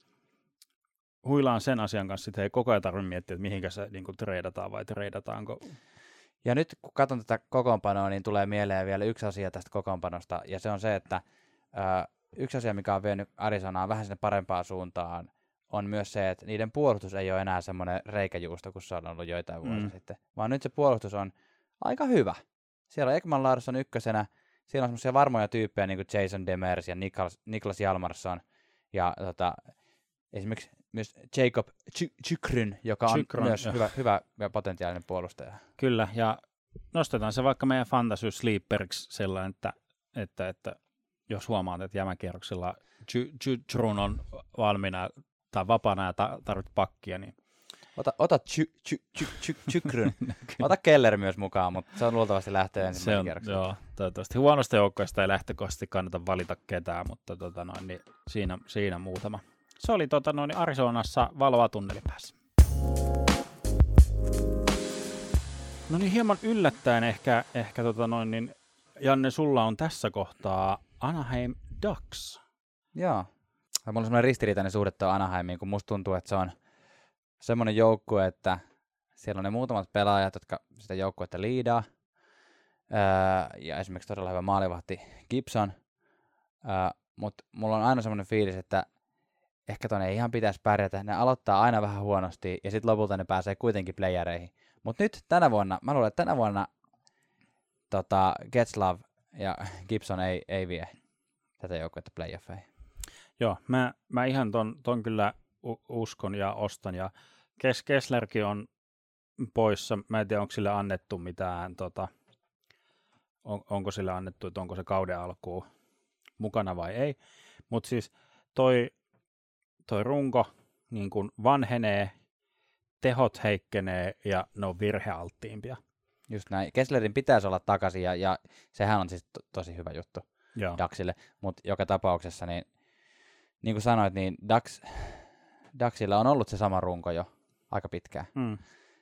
huilaan sen asian kanssa, että ei koko ajan tarvitse miettiä, että mihinkä se niin kuin treidataan vai treidataanko. Ja nyt kun katson tätä kokoonpanoa, niin tulee mieleen vielä yksi asia tästä kokoonpanosta, ja se on se, että ö, yksi asia, mikä on vienyt Arizonaa vähän sinne parempaan suuntaan, on myös se, että niiden puolustus ei ole enää semmoinen reikäjuusto, kun se on ollut joitain vuosia mm. sitten, vaan nyt se puolustus on aika hyvä. Siellä on Ekman Larsson ykkösenä, siellä on semmoisia varmoja tyyppejä, niin kuin Jason Demers ja Niklas, Niklas Hjalmarsson, ja tota, esimerkiksi myös Jacob Chykryn, joka on Chykryn, myös hyvä, hyvä ja potentiaalinen puolustaja. Kyllä, ja nostetaan se vaikka meidän Fantasy Sleeperiksi sellainen, että, että, että jos huomaat, että jämäkierroksella Chykryn on valmiina tai vapaana ja tarvitset pakkia, niin Ota, ota Chykryn. Ota Keller myös mukaan, mutta se on luultavasti lähtee ensimmäisen kierroksen. Joo, toivottavasti. Huonosta joukkoista ei lähtökohtaisesti kannata valita ketään, mutta tota noin, niin siinä, siinä muutama. Se oli tota noin, Arizonassa valoa tunnelin päässä. No niin, hieman yllättäen ehkä, ehkä tota noin, niin Janne, sulla on tässä kohtaa Anaheim Ducks. Joo. Mulla on semmoinen ristiriitainen suhde tuon Anaheimiin, kun musta tuntuu, että se on semmoinen joukkue, että siellä on ne muutamat pelaajat, jotka sitä joukkuetta liidaa. Öö, ja esimerkiksi todella hyvä maalivahti Gibson. Öö, mutta mulla on aina semmoinen fiilis, että ehkä ton ei ihan pitäisi pärjätä. Ne aloittaa aina vähän huonosti ja sitten lopulta ne pääsee kuitenkin playereihin. Mutta nyt tänä vuonna, mä luulen, että tänä vuonna tota, Getzlav ja Gibson ei, ei vie tätä joukkuetta playoffeihin. Joo, mä, mä ihan ton, ton kyllä uskon ja ostan. Ja Kes, Kesslerkin on poissa. Mä en tiedä, onko sille annettu mitään, tota, on, onko sille annettu, että onko se kauden alkuun mukana vai ei. Mutta siis toi, toi runko niin kun vanhenee, tehot heikkenee ja ne on virhealttiimpia. Just näin. Kesslerin pitäisi olla takaisin ja, ja sehän on siis to, tosi hyvä juttu Joo. Ducksille. Mutta joka tapauksessa, niin, niin kuin sanoit, niin Ducks, Ducksilla on ollut se sama runko jo aika pitkään. Mm. Uh,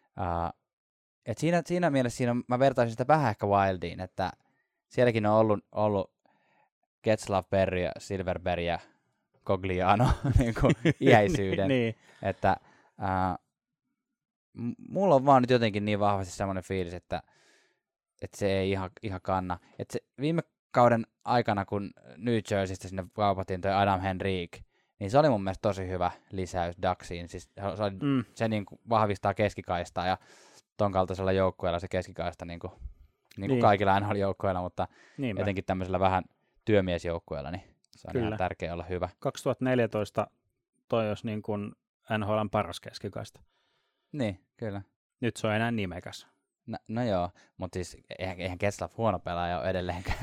et siinä, siinä mielessä siinä on, mä vertaisin sitä vähän ehkä Wildiin, että sielläkin on ollut, ollut Getzlav, Perry, Silverberg ja Cogliano niin kuin iäisyyden. niin. Että uh, m- mulla on vaan nyt jotenkin niin vahvasti semmoinen fiilis, että, että se ei ihan, ihan kanna. Että se viime kauden aikana, kun New Jerseystä sinne kaupattiin toi Adam Henrique, niin se oli mun mielestä tosi hyvä lisäys Ducksiin. Siis se, oli, mm. se niin kuin vahvistaa keskikaistaa ja ton kaltaisella joukkueella se keskikaista niin kuin, niin kuin niin. kaikilla N H L-joukkueilla, mutta Niinpä. Jotenkin tämmöisellä vähän työmiesjoukkueella, niin se on Kyllä. ihan tärkeää olla hyvä. kaksituhattaneljätoista toi olisi niin kuin N H L:n paras keskikaista. Niin, kyllä. Nyt se on enää nimekäs. No, no joo, mutta siis eihän, eihän Getzlav huono pelaaja ole edelleenkään.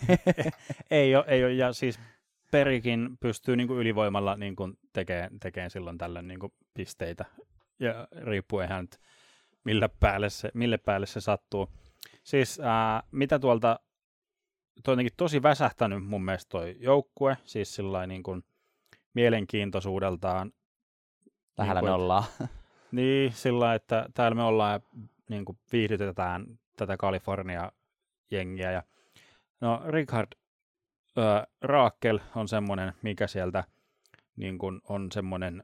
ei ole, ei ole, ja siis Perikin pystyy niin kuin ylivoimalla niin kuin tekemään, tekemään silloin tällöin niin kuin pisteitä, ja riippuu ihan, millä päälle se, mille päälle se sattuu. Siis ää, mitä tuolta, toi on tosi väsähtänyt mun mielestä toi joukkue, siis sillain niin kuin mielenkiintoisuudeltaan. Lähellä niin nollaa. Niin, sillä että täällä me ollaan ja niin kuin viihdytetään tätä Kalifornia-jengiä. Ja, no Richard äh, Rakel on semmoinen, mikä sieltä niin kuin on semmoinen,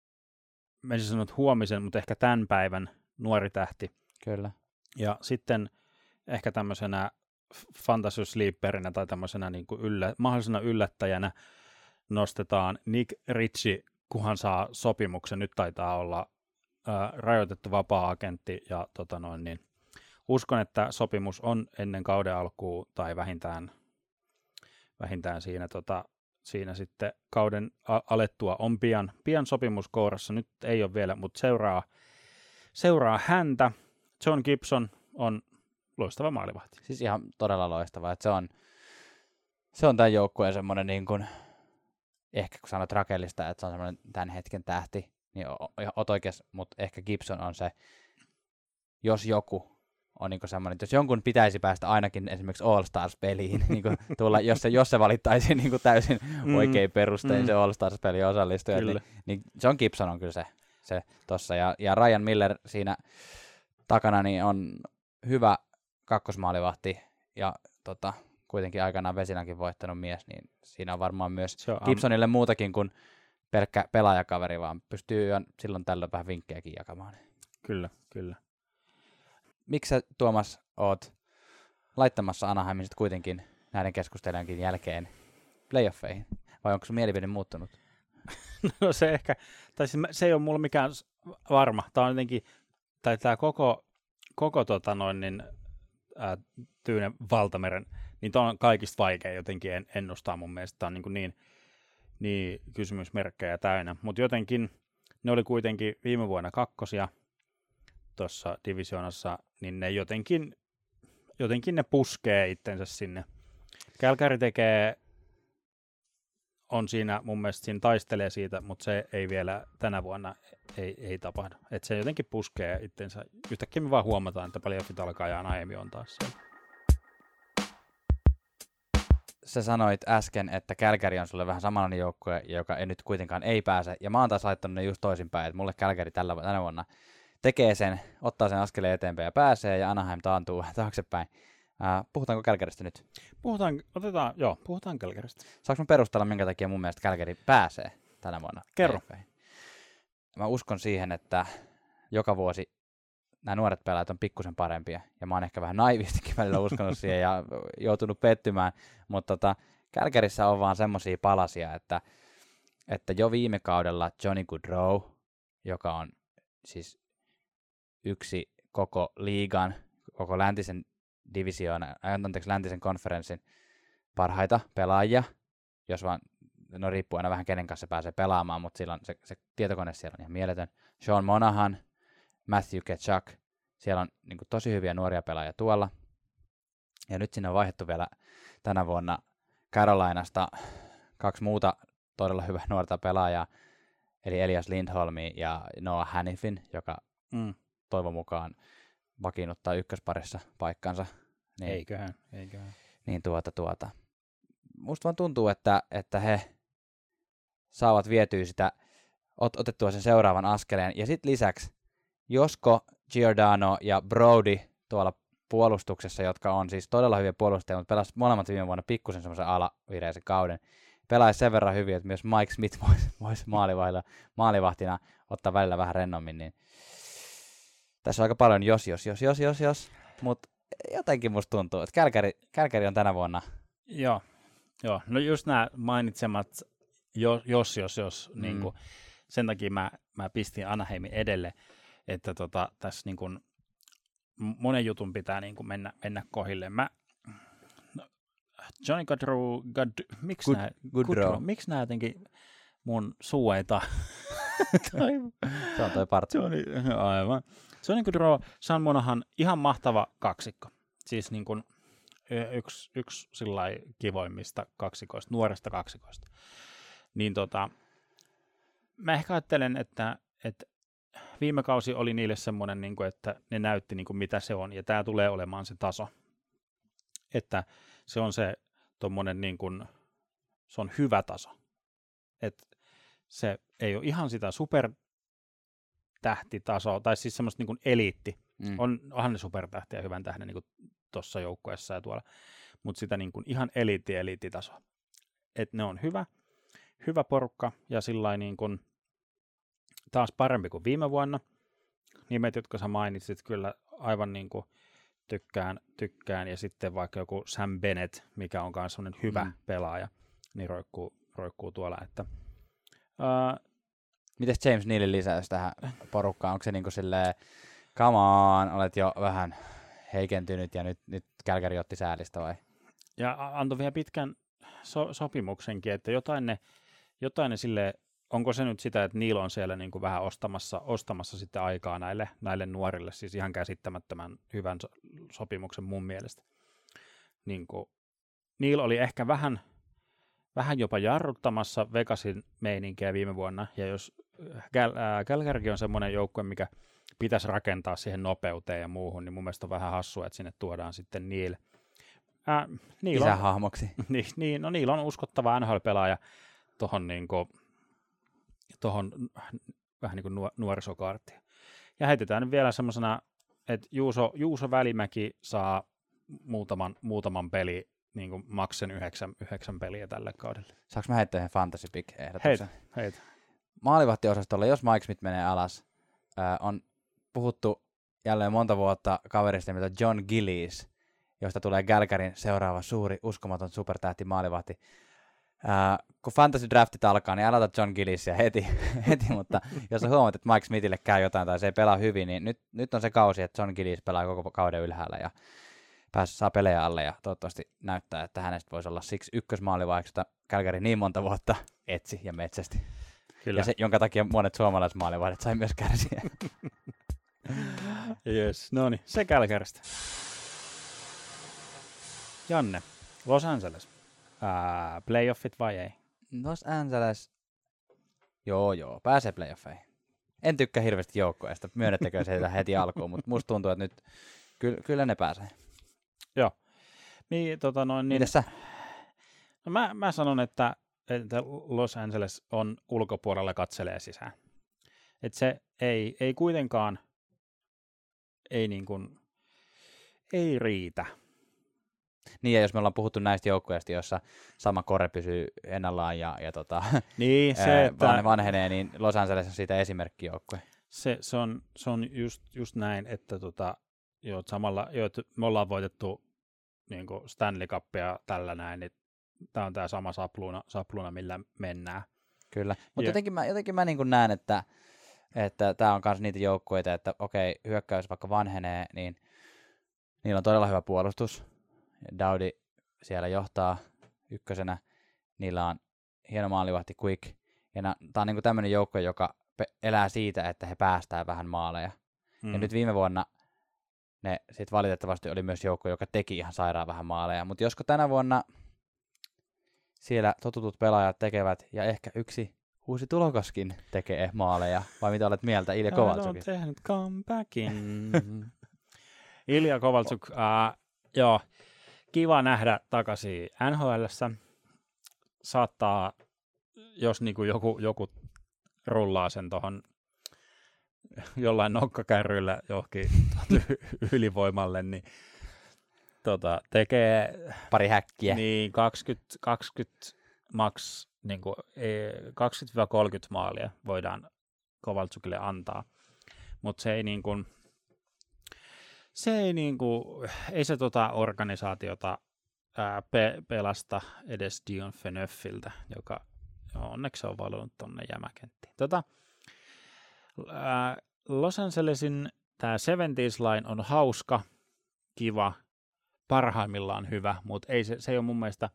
en siis sanonut huomisen, mutta ehkä tämän päivän nuori tähti. Kyllä. Ja sitten ehkä tämmöisenä fantasy sleeperinä tai tämmöisenä niin kuin yllä, mahdollisena yllättäjänä nostetaan Nick Ritchie, kunhan saa sopimuksen. Nyt taitaa olla ää, rajoitettu vapaa-agentti ja tota noin, niin uskon, että sopimus on ennen kauden alkuun tai vähintään, vähintään siinä, tota, siinä sitten kauden a- alettua on pian, pian sopimus kourassa. Nyt ei ole vielä, mutta seuraa, seuraa häntä. John Gibson on loistava maalivahti. Siis ihan todella loistava. Että se on, se on tämän joukkueen semmoinen, niin kuin, ehkä kun sanot Rakelista, että se on semmoinen tämän hetken tähti, niin oot oikeassa, mutta ehkä Gibson on se, jos joku on niin semmoinen, että jos jonkun pitäisi päästä ainakin esimerkiksi All-Stars-peliin, niin tulla, jos, se, jos se valittaisiin niin täysin mm, oikein perustein mm. se All-Stars-peliin osallistuja, niin, niin John Gibson on kyllä se, se tossa. Ja, ja Ryan Miller siinä takana niin on hyvä kakkosmaalivahti ja tota, kuitenkin aikanaan Vesinänkin voittanut mies, niin siinä on varmaan myös on Gibsonille am- muutakin kuin pelkkä pelaajakaveri, vaan pystyy silloin tällöin vähän vinkkejäkin jakamaan. Kyllä, kyllä. Miksi sä, Tuomas, oot laittamassa Anaheimin sitten kuitenkin näiden keskustelujenkin jälkeen playoffeihin? Vai onko sun mielipide muuttunut? No se ehkä, tai siis se ei ole mulla mikään varma. Tämä on jotenkin, tai tämä koko, koko tota noin, niin, ää, Tyynen valtameren, niin tämä on kaikista vaikea jotenkin en, ennustaa mun mielestä. Tämä on niin, niin, niin kysymysmerkkejä täynnä. Mutta jotenkin ne oli kuitenkin viime vuonna kakkosia tuossa divisioonassa, niin ne jotenkin, jotenkin ne puskee itsensä sinne. Calgary tekee, on siinä mun mielestä, siinä taistelee siitä, mutta se ei vielä tänä vuonna ei, ei tapahdu. Että se jotenkin puskee itsensä. Yhtäkkiä me vaan huomataan, että playoffit alkaa ja Anaheim on taas siellä. Sä sanoit äsken, että Calgary on sulle vähän samanlainen joukkue, joka ei nyt kuitenkaan ei pääse. Ja mä oon taas laittanut ne just toisinpäin, että mulle Calgary tällä, tänä vuonna tekee sen, ottaa sen askeleen eteenpäin ja pääsee, ja Anaheim taantuu taaksepäin. Uh, puhutaanko Calgarysta nyt? Puhutaan, otetaan, joo, puhutaan Calgarysta. Saanko mä perustella, minkä takia mun mielestä Calgary pääsee tänä vuonna? Kerro. Eteenpäin? Mä uskon siihen, että joka vuosi nämä nuoret pelaajat on pikkusen parempia, ja mä oon ehkä vähän naivistikin välillä uskonut siihen ja joutunut pettymään, mutta tota, Calgaryssä on vaan semmosia palasia, että, että jo viime kaudella Johnny Gaudreau, joka on siis yksi koko liigan, koko läntisen divisioona, anteeksi, läntisen konferenssin parhaita pelaajia, jos vaan, no riippuu aina vähän kenen kanssa pääsee pelaamaan, mutta silloin se, se tietokone siellä on ihan mieletön. Sean Monahan, Matthew Tkachuk, siellä on niin kuin, tosi hyviä nuoria pelaajia tuolla. Ja nyt sinne on vaihdettu vielä tänä vuonna Carolinasta kaksi muuta todella hyvää nuorta pelaajaa, eli Elias Lindholmi ja Noah Hannifin, joka mm. toivon mukaan vakiinnuttaa ykkösparissa paikkansa. Niin, eiköhän, eiköhän. Niin tuota, tuota. Musta vaan tuntuu, että, että he saavat vietyä sitä, ot, otettua sen seuraavan askeleen. Ja sitten lisäksi, josko Giordano ja Brody tuolla puolustuksessa, jotka on siis todella hyviä puolustajia, mutta pelasivat molemmat viime vuonna pikkusen semmoisen alavireisen kauden, pelaisi sen verran hyvin, että myös Mike Smith voisi vois maalivahtina ottaa välillä vähän rennommin, niin tässä on aika paljon jos, jos, jos, jos, jos, jos, mutta jotenkin musta tuntuu, että Calgary, Calgary on tänä vuonna. Joo, joo. No just nämä mainitsemat jos, jos, jos, jos mm. niin kuin, sen takia mä, mä pistin Anaheimin edelle, että tota, tässä niin kuin, monen jutun pitää niin kuin mennä, mennä kohille. Mä, no, Johnny Gaudreau, God, miksi Good, nää, Gaudreau. miksi nää jotenkin mun suu ei ta... Se on toi partsi. Johnny, aivan. Johnny Gaudreau, Sean Monahan, ihan mahtava kaksikko. Siis niin kuin yksi, yksi sillai kivoimmista kaksikoista, nuoresta kaksikoista. Niin tota, mä ehkä ajattelen, että, että viime kausi oli niille semmoinen, niin kuin, että ne näytti niin kuin mitä se on, ja tämä tulee olemaan se taso. Että se on se tommonen niin kuin, se on hyvä taso. Että se ei ole ihan sitä supertähtitasoa, tai siis semmoista niin kuin eliitti. Mm. On, onhan ne supertähtiä hyvän tähden niin kuin tuossa joukkueessa ja tuolla, mutta sitä niin kuin ihan eliitti-eliittitasoa. Että ne on hyvä, hyvä porukka, ja sillain niin kuin taas parempi kuin viime vuonna. Nimet, jotka sä mainitsit, kyllä aivan niin kuin tykkään, tykkään. Ja sitten vaikka joku Sam Bennett, mikä on myös sellainen hyvä mm. pelaaja, niin roikkuu, roikkuu tuolla. Että, uh, mites James Nealin lisäys tähän porukkaan? Onko se niin kuin silleen, come on, olet jo vähän heikentynyt ja nyt, nyt Calgary otti säälistä vai? Ja antoi vielä pitkän so- sopimuksenkin, että jotain ne, jotain ne silleen, onko se nyt sitä, että Neil on siellä niin kuin vähän ostamassa, ostamassa sitten aikaa näille, näille nuorille, siis ihan käsittämättömän hyvän so- sopimuksen mun mielestä. Niin kuin Neil oli ehkä vähän, vähän jopa jarruttamassa Vegasin meininkiä viime vuonna, ja jos Calgary on semmoinen joukkue, mikä pitäisi rakentaa siihen nopeuteen ja muuhun, niin mun mielestä on vähän hassua, että sinne tuodaan sitten Neil. Äh, Neil on, Isähahmoksi. niin, niin, no Neil on uskottava N H L-pelaaja tuohon niin kuin tuohon vähän niin kuin nuorisokaartiin. Ja heitetään nyt vielä semmoisena, että Juuso, Juuso Välimäki saa muutaman, muutaman peli, niin kuin maksen yhdeksän, yhdeksän peliä tälle kaudelle. Saanko mä heittää yhden fantasy pick ehdotuksen? Heitä, heitä. Maalivahtiosastolla, jos Mike Smith menee alas, äh, on puhuttu jälleen monta vuotta kaverista, mitä John Gillies, josta tulee Calgaryn seuraava suuri, uskomaton supertähti maalivahti. Uh, kun fantasy draftit alkaa, niin aloita John Gilliesia heti, heti, mutta jos sä huomaat, että Mike Smithille käy jotain tai se ei pelaa hyvin, niin nyt, nyt on se kausi, että John Gillies pelaa koko kauden ylhäällä ja pääs, saa pelejä alle ja toivottavasti näyttää, että hänestä voisi olla siksi ykkösmaalivahdeksi, jota Calgary niin monta vuotta etsi ja metsästi. Kyllä. Ja se, jonka takia monet suomalaismaalivahdet sai myös kärsiä. Yes, no niin, se Calgarysta. Janne, Los Angeles. Uh, playoffit vai ei? Los Angeles, joo joo, pääsee playoffeihin. En tykkää hirveästi joukkueesta, myönnettäkö se heti alkuun, mutta musta tuntuu, että nyt ky- kyllä ne pääsee. Joo. Mi, tota noin, niin, Mites sä? No mä, mä sanon, että, että Los Angeles on ulkopuolella katselee sisään. Että se ei, ei kuitenkaan, ei niin kuin, ei riitä. Niin, ja jos me ollaan puhuttu näistä joukkueista, joissa sama kore pysyy ennallaan ja, ja tota, niin, se, ää, että, vanhenee, niin Los Angeles on siitä esimerkkijoukkue. Se, se on, se on just, just näin, että tota, jo, samalla, jo, me ollaan voitettu niin kuin Stanley Cupia tällä näin, niin tämä on tämä sama sapluuna, sapluuna, millä mennään. Kyllä, mutta Ja- jotenkin mä, jotenkin mä niin kuin näen, että että tämä on myös niitä joukkueita, että okei, hyökkäys vaikka vanhenee, niin niillä on todella hyvä puolustus. Dowdy siellä johtaa ykkösenä, niillä on hieno maalivahti Quick, ja tämä on niin kuin tämmöinen joukkue, joka pe- elää siitä, että he päästää vähän maaleja. Mm. Ja nyt viime vuonna ne sit valitettavasti oli myös joukko, joka teki ihan sairaan vähän maaleja. Mutta josko tänä vuonna siellä totutut pelaajat tekevät, ja ehkä yksi uusi tulokaskin tekee maaleja, vai mitä olet mieltä Ilja Kovaltsukista? Hän on tehnyt comebackin. Ilja Kovaltsuk, äh, joo, kiva nähdä takaisin N H L:ssä. Saattaa, jos niinku joku, joku rullaa sen tuohon jollain nokkakärryllä johonkin ylivoimalle, niin tota, tekee Pari häkkiä. niin kaksikymmentä, kaksikymmentä maks niin kuin, kaksikymmentä kolmekymmentä maalia voidaan Kovaltsukille antaa, mutta se ei niin kuin, se ei niin kuin, ei se tota organisaatiota ää, pe- pelasta edes Dion Phaneufiltä, joka onneksi on valinnut tonne jämäkenttiin. Tota, ää, Los Angelesin tämä seventies line on hauska, kiva, parhaimmillaan hyvä, mutta ei se, se ei ole mun mielestä,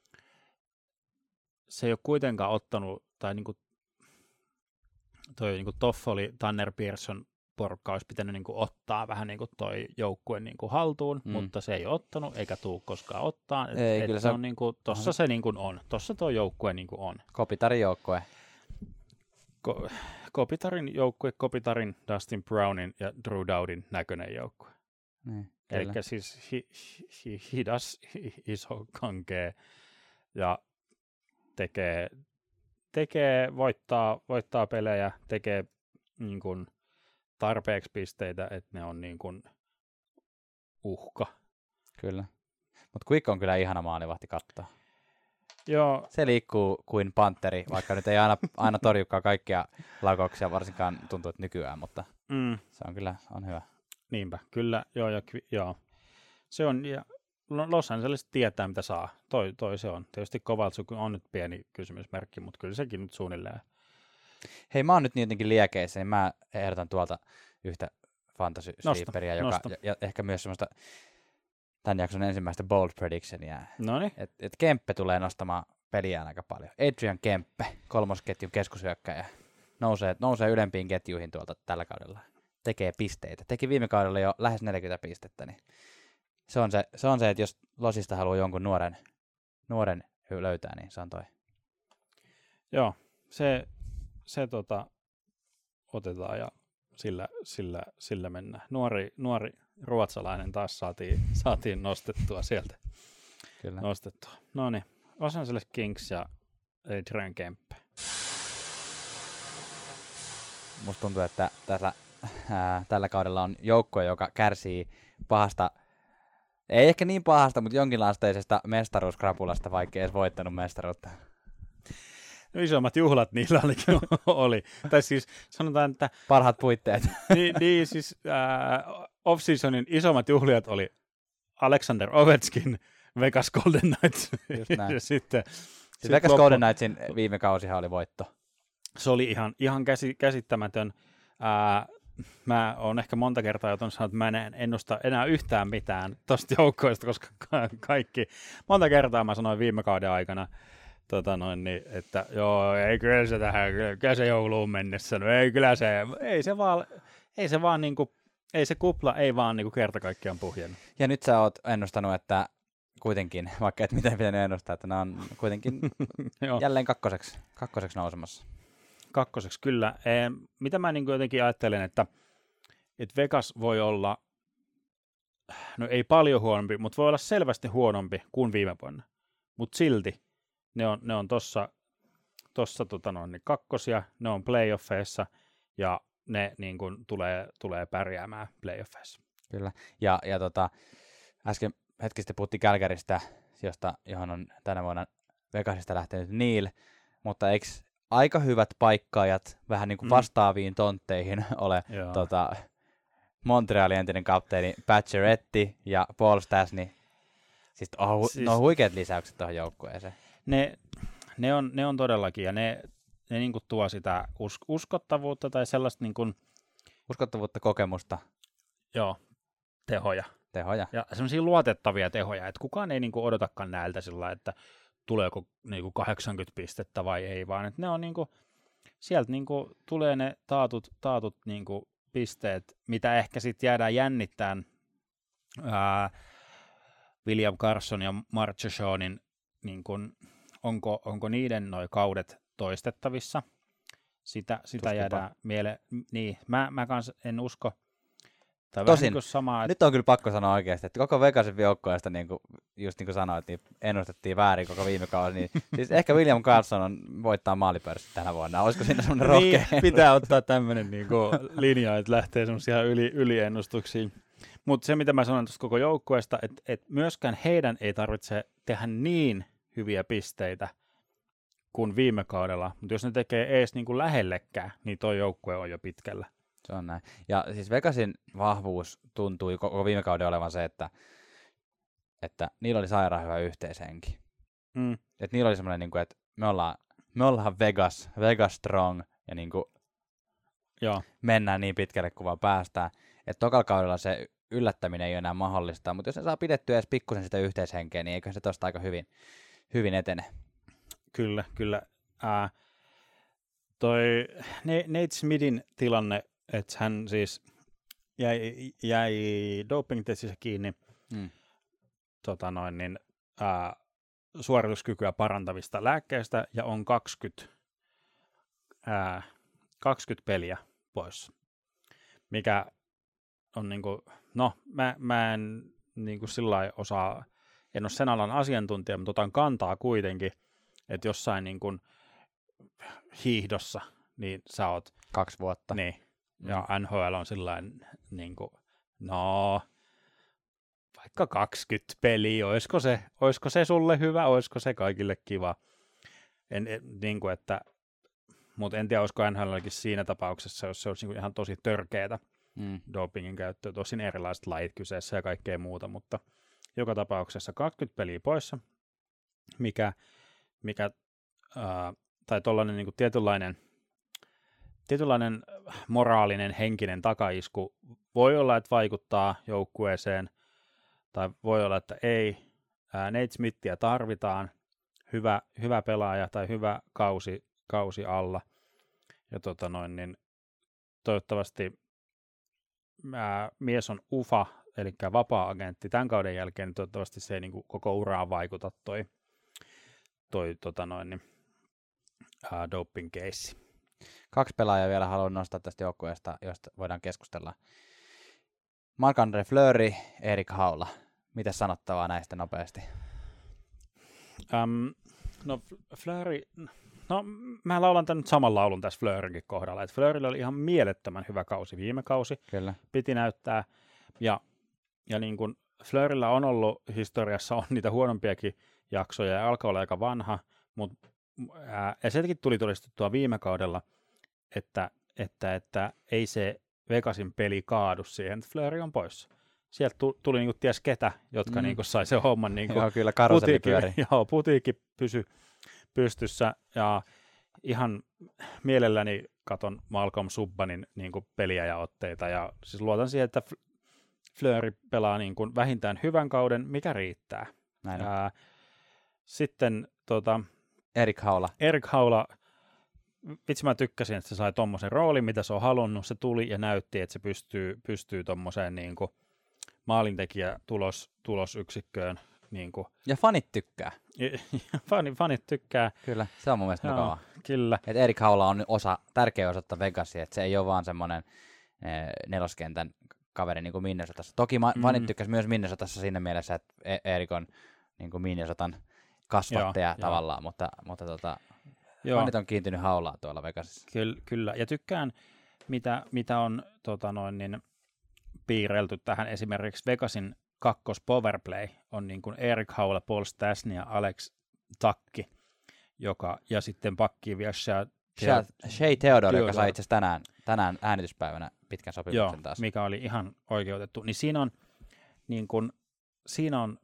se ei ole kuitenkaan ottanut, tai niinku toi niinku Toffoli, Tanner Pearson porukka olisi pitänyt niinku ottaa vähän niinku toi joukkue niinku haltuun, mm. mutta se ei ole ottanut, eikä tuu koskaan ottaa. Et, ei, et kyllä se se on niinku, tossa on. se niinku on, tossa tuo joukkue niinku on. Kopitarin joukkue. Ko, Kopitarin joukkue, Kopitarin, Dustin Brownin ja Drew Dowdin näköinen joukkue. Niin, Eli siis hi, hi, hidas, iso, kankee ja tekee, tekee voittaa, voittaa pelejä, tekee niin kuin tarpeeksi pisteitä, että ne on niin kuin uhka. Kyllä. Mutta Quick on kyllä ihana maalivahti katsoa. Joo. Se liikkuu kuin panteri, vaikka nyt ei aina, aina torjukaan kaikkia laukauksia, varsinkaan tuntuu, että nykyään, mutta mm. se on kyllä on hyvä. Niinpä, kyllä, joo, ja, joo. Se on, ja Los Angeles tietää, mitä saa. Toi, toi se on. Tietysti Kovaltsuk on nyt pieni kysymysmerkki, mutta kyllä sekin nyt suunnilleen. Hei, mä oon nyt niin jotenkin liekeissä, niin mä ehdotan tuolta yhtä fantasy sleeperia, joka ja, ja ehkä myös semmoista tämän jakson ensimmäistä bold predictionia. Noniin. Että et Kemppe tulee nostamaan peliään aika paljon. Adrian Kemppe, kolmosketjun keskushyökkäjä, nousee, nousee ylempiin ketjuihin tuolta tällä kaudella. Tekee pisteitä. Teki viime kaudella jo lähes neljäkymmentä pistettä, niin se on se, se, on se että jos Losista haluaa jonkun nuoren, nuoren löytää, niin se on toi. Joo, se, se tota, otetaan ja sillä, sillä, sillä mennään. Nuori, nuori ruotsalainen taas saatiin, saatiin nostettua sieltä. Kyllä. Nostettua. No niin, Los Angeles Kings ja Adrian Kempe. Musta tuntuu, että tässä Ää, tällä kaudella on joukkue, joka kärsii pahasta, ei ehkä niin pahasta, mutta jonkinlaisteisesta mestaruuskrapulasta, vaikka ei edes voittanut mestaruutta. No isommat juhlat niillä ainakin oli. Tai siis sanotaan, että parhaat puitteet. niin, niin siis äh, off-seasonin isommat juhliat oli Alexander Ovechkin, Vegas Golden Knights. ja sitten, sitten Vegas loppu... Golden Knightsin viime kausihan oli voitto. Se oli ihan, ihan käsi, käsittämätön. Äh, Mä oon ehkä monta kertaa joutunut sanoa, että mä en ennusta enää yhtään mitään tosta joukkoista, koska kaikki, monta kertaa mä sanoin viime kauden aikana, tota noin, niin, että joo, ei kyllä se tähän, kyllä se jouluun mennessä, no ei kyllä se, ei se vaan, ei se vaan niinku, ei se kupla, ei vaan niinku kerta kaikkiaan puhjennut. Ja nyt sä oot ennustanut, että kuitenkin, vaikka et miten pitänyt ennustaa, että nämä on kuitenkin jälleen kakkoseksi, kakkoseksi nousemassa. Kakkoseksi, kyllä. E, mitä mä niin jotenkin ajattelen, että, että Vegas voi olla, no ei paljon huonompi, mutta voi olla selvästi huonompi kuin viime vuonna. Mutta silti ne on, ne on tossa, tossa tota noin, niin kakkosia, ne on playoffeissa ja ne niin kuin tulee, tulee pärjäämään playoffeissa. Kyllä, ja, ja tota, äsken hetki sitten puhuttiin Calgarystä, josta, johon on tänä vuonna Vegasista lähtenyt Neil, mutta eikö aika hyvät paikkaajat vähän niin kuin vastaaviin tontteihin ole tota, Montrealin entinen kapteeni Pacioretty ja Paul Stastny. Siis, oh, siis no huikeat lisäykset tuohon joukkueeseen. Ne, ne, on, ne on todellakin, ja ne, ne niin kuin tuo sitä us, uskottavuutta tai sellaista niin kuin, uskottavuutta, kokemusta. Joo, tehoja. Tehoja. Ja semmoisia luotettavia tehoja, että kukaan ei niin kuin odotakaan näiltä sillä, että tuleeko niin kuin kahdeksankymmentä pistettä vai ei, vaan että ne on niin kuin, sieltä niin kuin tulee ne taatut, taatut niin kuin pisteet, mitä ehkä sitten jäädään jännittämään ää, William Carson ja Marchessaultin, niin kuin, onko, onko niiden noi kaudet toistettavissa. Sitä, sitä jäädään mieleen. Niin, mä, mä kans en usko. Tai Tosin, niin samaa, nyt on kyllä pakko sanoa oikeasti, että koko Vegasin joukkueesta, niin kuin, just niin kuin sanoit, niin ennustettiin väärin koko viime kausi. Niin, siis ehkä William Carson on, voittaa maalipörssit tänä vuonna. Olisiko siinä semmoinen rohkea niin, pitää ottaa tämmöinen niin linja, että lähtee semmoisia yli, ylienustuksiin. Mutta se, mitä mä sanon tuosta koko joukkueesta, että et myöskään heidän ei tarvitse tehdä niin hyviä pisteitä kuin viime kaudella. Mutta jos ne tekee ees niin kuin lähellekään, niin tuo joukkue on jo pitkällä. Se on näin. Ja siis Vegasin vahvuus tuntui koko viime kauden olevan se, että, että niillä oli sairaan hyvä yhteishenki. Mm. Että niillä oli semmoinen, niin kuin, että me ollaan, me ollaan Vegas, Vegas strong, ja niin kuin Joo. mennään niin pitkälle kuin vaan päästään. Että tokalla kaudella se yllättäminen ei ole enää mahdollista, mutta jos ne saa pidettyä edes pikkusen sitä yhteishenkeä, niin eikö se tosta aika hyvin, hyvin etene. Kyllä, kyllä. Ää, toi Nate Smithin tilanne, että hän siis jäi, jäi doping-testissä kiinni mm. tota noin, niin, ää, suorituskykyä parantavista lääkkeistä ja on kaksikymmentä, ää, kaksikymmentä peliä pois, mikä on niinku, no mä, mä en niinku sillä osaa, en ole sen alan asiantuntija, mutta otan kantaa kuitenkin, että jossain niinku hiihdossa, niin sä oot kaksi vuotta. Niin. Ja N H L on sillain, niin kuin, no, vaikka kaksikymmentä peliä, olisiko se, olisiko se sulle hyvä, olisiko se kaikille kiva. En, en, niin kuin, että, mutta en tiedä, olisiko N H L:kin siinä tapauksessa, jos se olisi niin ihan tosi törkeätä mm. dopingin käyttöä, tosin erilaiset lajit kyseessä ja kaikkea muuta, mutta joka tapauksessa kaksikymmentä peliä poissa, mikä, mikä ää, tai tollainen niin kuin tietynlainen Tietynlainen moraalinen, henkinen takaisku voi olla, että vaikuttaa joukkueeseen, tai voi olla, että ei. Ää, Nate Smithia tarvitaan, hyvä, hyvä pelaaja tai hyvä kausi, kausi alla. Ja tota noin, niin toivottavasti ää, mies on U F A, eli vapaa-agentti tämän kauden jälkeen, niin toivottavasti se ei niin kuin koko uraan vaikuta toi, toi tota noin, niin, ää, doping-keissi. Kaksi pelaajaa vielä haluan nostaa tästä joukkueesta, josta voidaan keskustella. Marc-Andre Fleury, Erik Haula. Mitä sanottavaa näistä nopeasti? Um, no Fleury, no mä laulan tämän nyt saman laulun tässä Fleurinkin kohdalla. Et Fleuryllä oli ihan mielettömän hyvä kausi viime kausi. Kyllä. Piti näyttää. Ja, ja niin kuin Fleuryllä on ollut historiassa on niitä huonompiakin jaksoja ja alkaa olla aika vanha, mutta ää, ja sieltäkin tuli todistettua viime kaudella, että, että, että ei se Vegasin peli kaadu siihen, että Fleury on poissa. Sieltä tuli niinku ties ketä, jotka mm. niinku sai sen homman. Niinku joo, kyllä karuselli pyöri. Joo, putiikki pysy pystyssä ja ihan mielelläni katon Malcolm Subbanin niinku peliä ja otteita. Ja siis luotan siihen, että Fleury pelaa niinku vähintään hyvän kauden, mikä riittää. Näin Ää, sitten tota, Erik Haula. Erik Haula. Vitsi mä tykkäsin, että se sai tommosen roolin, mitä se on halunnut. Se tuli ja näytti, että se pystyy, pystyy tommoseen niin kuin maalintekijä tulos, tulosyksikköön. Niin kuin. Ja fanit tykkää. fanit, fanit tykkää. Kyllä, se on mun mielestä mukavaa. Kyllä. Et Erik Haula on osa, tärkeä osa Vegasia, että se ei ole vaan semmoinen eh, neloskentän kaveri niin kuin Minnesotassa. Toki ma- mm. fanit tykkäs myös Minnesotassa siinä mielessä, että e- Erik on niin kuin Minnesotan kasvattaja joo, tavallaan, joo. mutta, mutta tota, fanit on kiintynyt Haulaa tuolla Vegasissa. Kyllä, kyllä. Ja tykkään, mitä, mitä on tota noin, niin, piirrelty tähän esimerkiksi Vegasin kakkos powerplay on niin kuin Erik Haula, Paul Stastny ja Alex Takki, joka, ja sitten pakkii vielä Shea, Shea, Shea Theodore, joka sai itse asiassa tänään, tänään äänityspäivänä pitkän sopimuksen joo, taas. Mikä oli ihan oikeutettu. Niin siinä on, niin kuin, siinä on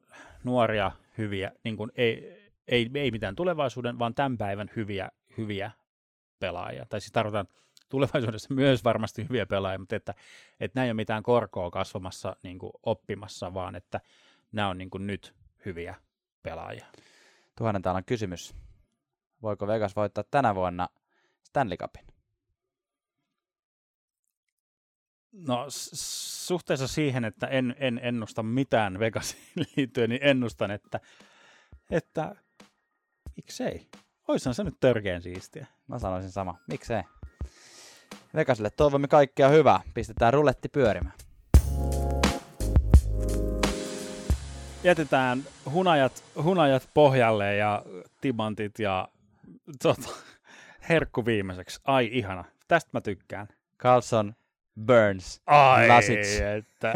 nuoria, hyviä, niin kuin ei, ei, ei mitään tulevaisuuden, vaan tämän päivän hyviä, hyviä pelaajia. Tai siis tarvitaan tulevaisuudessa myös varmasti hyviä pelaajia, mutta että, että nämä ei ole mitään korkoa kasvamassa niin kuin oppimassa, vaan että nämä on niin kuin nyt hyviä pelaajia. Tuhannen täällä on kysymys. Voiko Vegas voittaa tänä vuonna Stanley Cupin? No s- suhteessa siihen, että en, en ennusta mitään Vegasiin liittyen, niin ennustan, että, että miksei. Oishan se nyt törkeän siistiä. Mä sanoisin sama. Miksei? Vegasille toivomme kaikkea hyvää. Pistetään ruletti pyörimään. Jätetään hunajat, hunajat pohjalle ja timantit ja tota, herkku viimeiseksi. Ai ihana. Tästä mä tykkään. Carlson, Burns, Ai Lasic. että.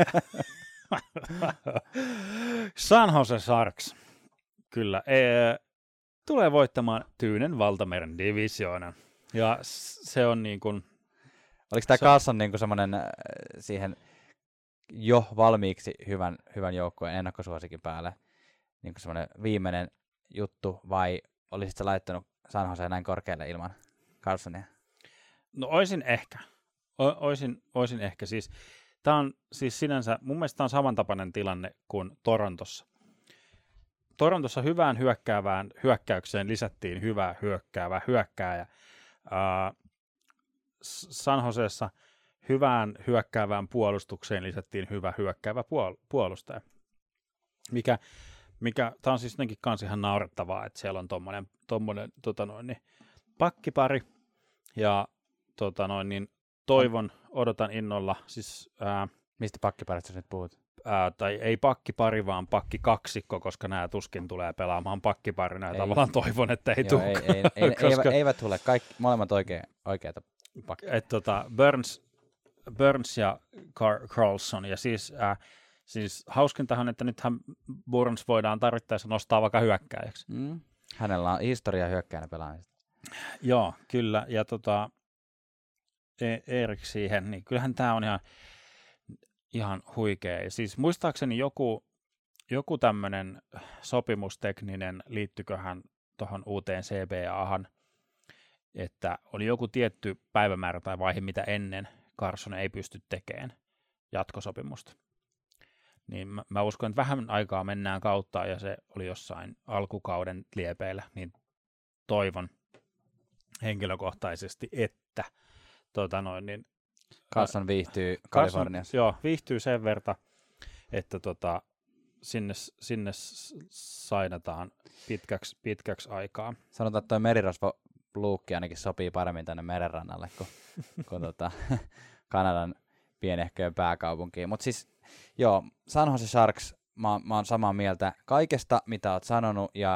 San Jose Sharks. Kyllä. E, tulee voittamaan Tyynen valtameren divisioonan. Ja se on niin kuin... Oliko tämä se... Carlson niin kuin semmoinen äh, siihen jo valmiiksi hyvän, hyvän joukkueen ennakkosuosikin päälle niin kuin semmoinen viimeinen juttu, vai olisit sä laittanut San Joseen näin korkealle ilman Carlsonia? No oisin ehkä. O- oisin, oisin ehkä. Siis, tämä on siis sinänsä, mun mielestä tämä on samantapainen tilanne kuin Torontossa. Torontossa hyvään hyökkäävään hyökkäykseen lisättiin hyvä hyökkäävä hyökkääjä. Uh, San Joseessa hyvään hyökkäävään puolustukseen lisättiin hyvä hyökkäävä puol- puolustaja. Mikä, mikä tämä on siis jotenkin kans ihan naurettavaa, että siellä on tommonen, tommonen tota noin, niin, pakkipari ja tota noin, niin, toivon, odotan innolla, siis ää, mistä pakkiparista sä nyt puhut? Ää, tai ei pakkipari, vaan pakkikaksikko, koska nämä tuskin tulee pelaamaan pakkiparina ja ei. Tavallaan toivon, että ei tule. Ei, ei, ei, koska... eivät, eivät tule, kaikki, molemmat oikea, oikeita pakkia. Et, tota, Burns, Burns ja Car- Carlson, ja siis, äh, siis hauskintahan, että nythän Burns voidaan tarvittaessa nostaa vaikka hyökkääjäksi. Mm. Hänellä on historia hyökkäänä pelaamista. Joo, kyllä, ja tota, e- Erik siihen, niin kyllähän tämä on ihan... Ihan huikea. Siis muistaakseni joku, joku tämmöinen sopimustekninen, liittyköhän tuohon uuteen C B A:han, että oli joku tietty päivämäärä tai vaihe, mitä ennen Carlson ei pysty tekemään jatkosopimusta. Niin mä, mä uskon, että vähän aikaa mennään kautta ja se oli jossain alkukauden liepeillä, niin toivon henkilökohtaisesti, että tota noin, niin Carlson viihtyy Kaliforniassa. Joo, viihtyy sen verta, että tota, sinne, sinne sainataan pitkäksi, pitkäksi aikaa. Sanotaan, että toi merirosvo-luukki ainakin sopii paremmin tänne merenrannalle kuin, kuin tota, Kanadan pienehköön pääkaupunkiin. Mutta siis, joo, San Jose Sharks, mä, mä oon samaa mieltä kaikesta, mitä oot sanonut, ja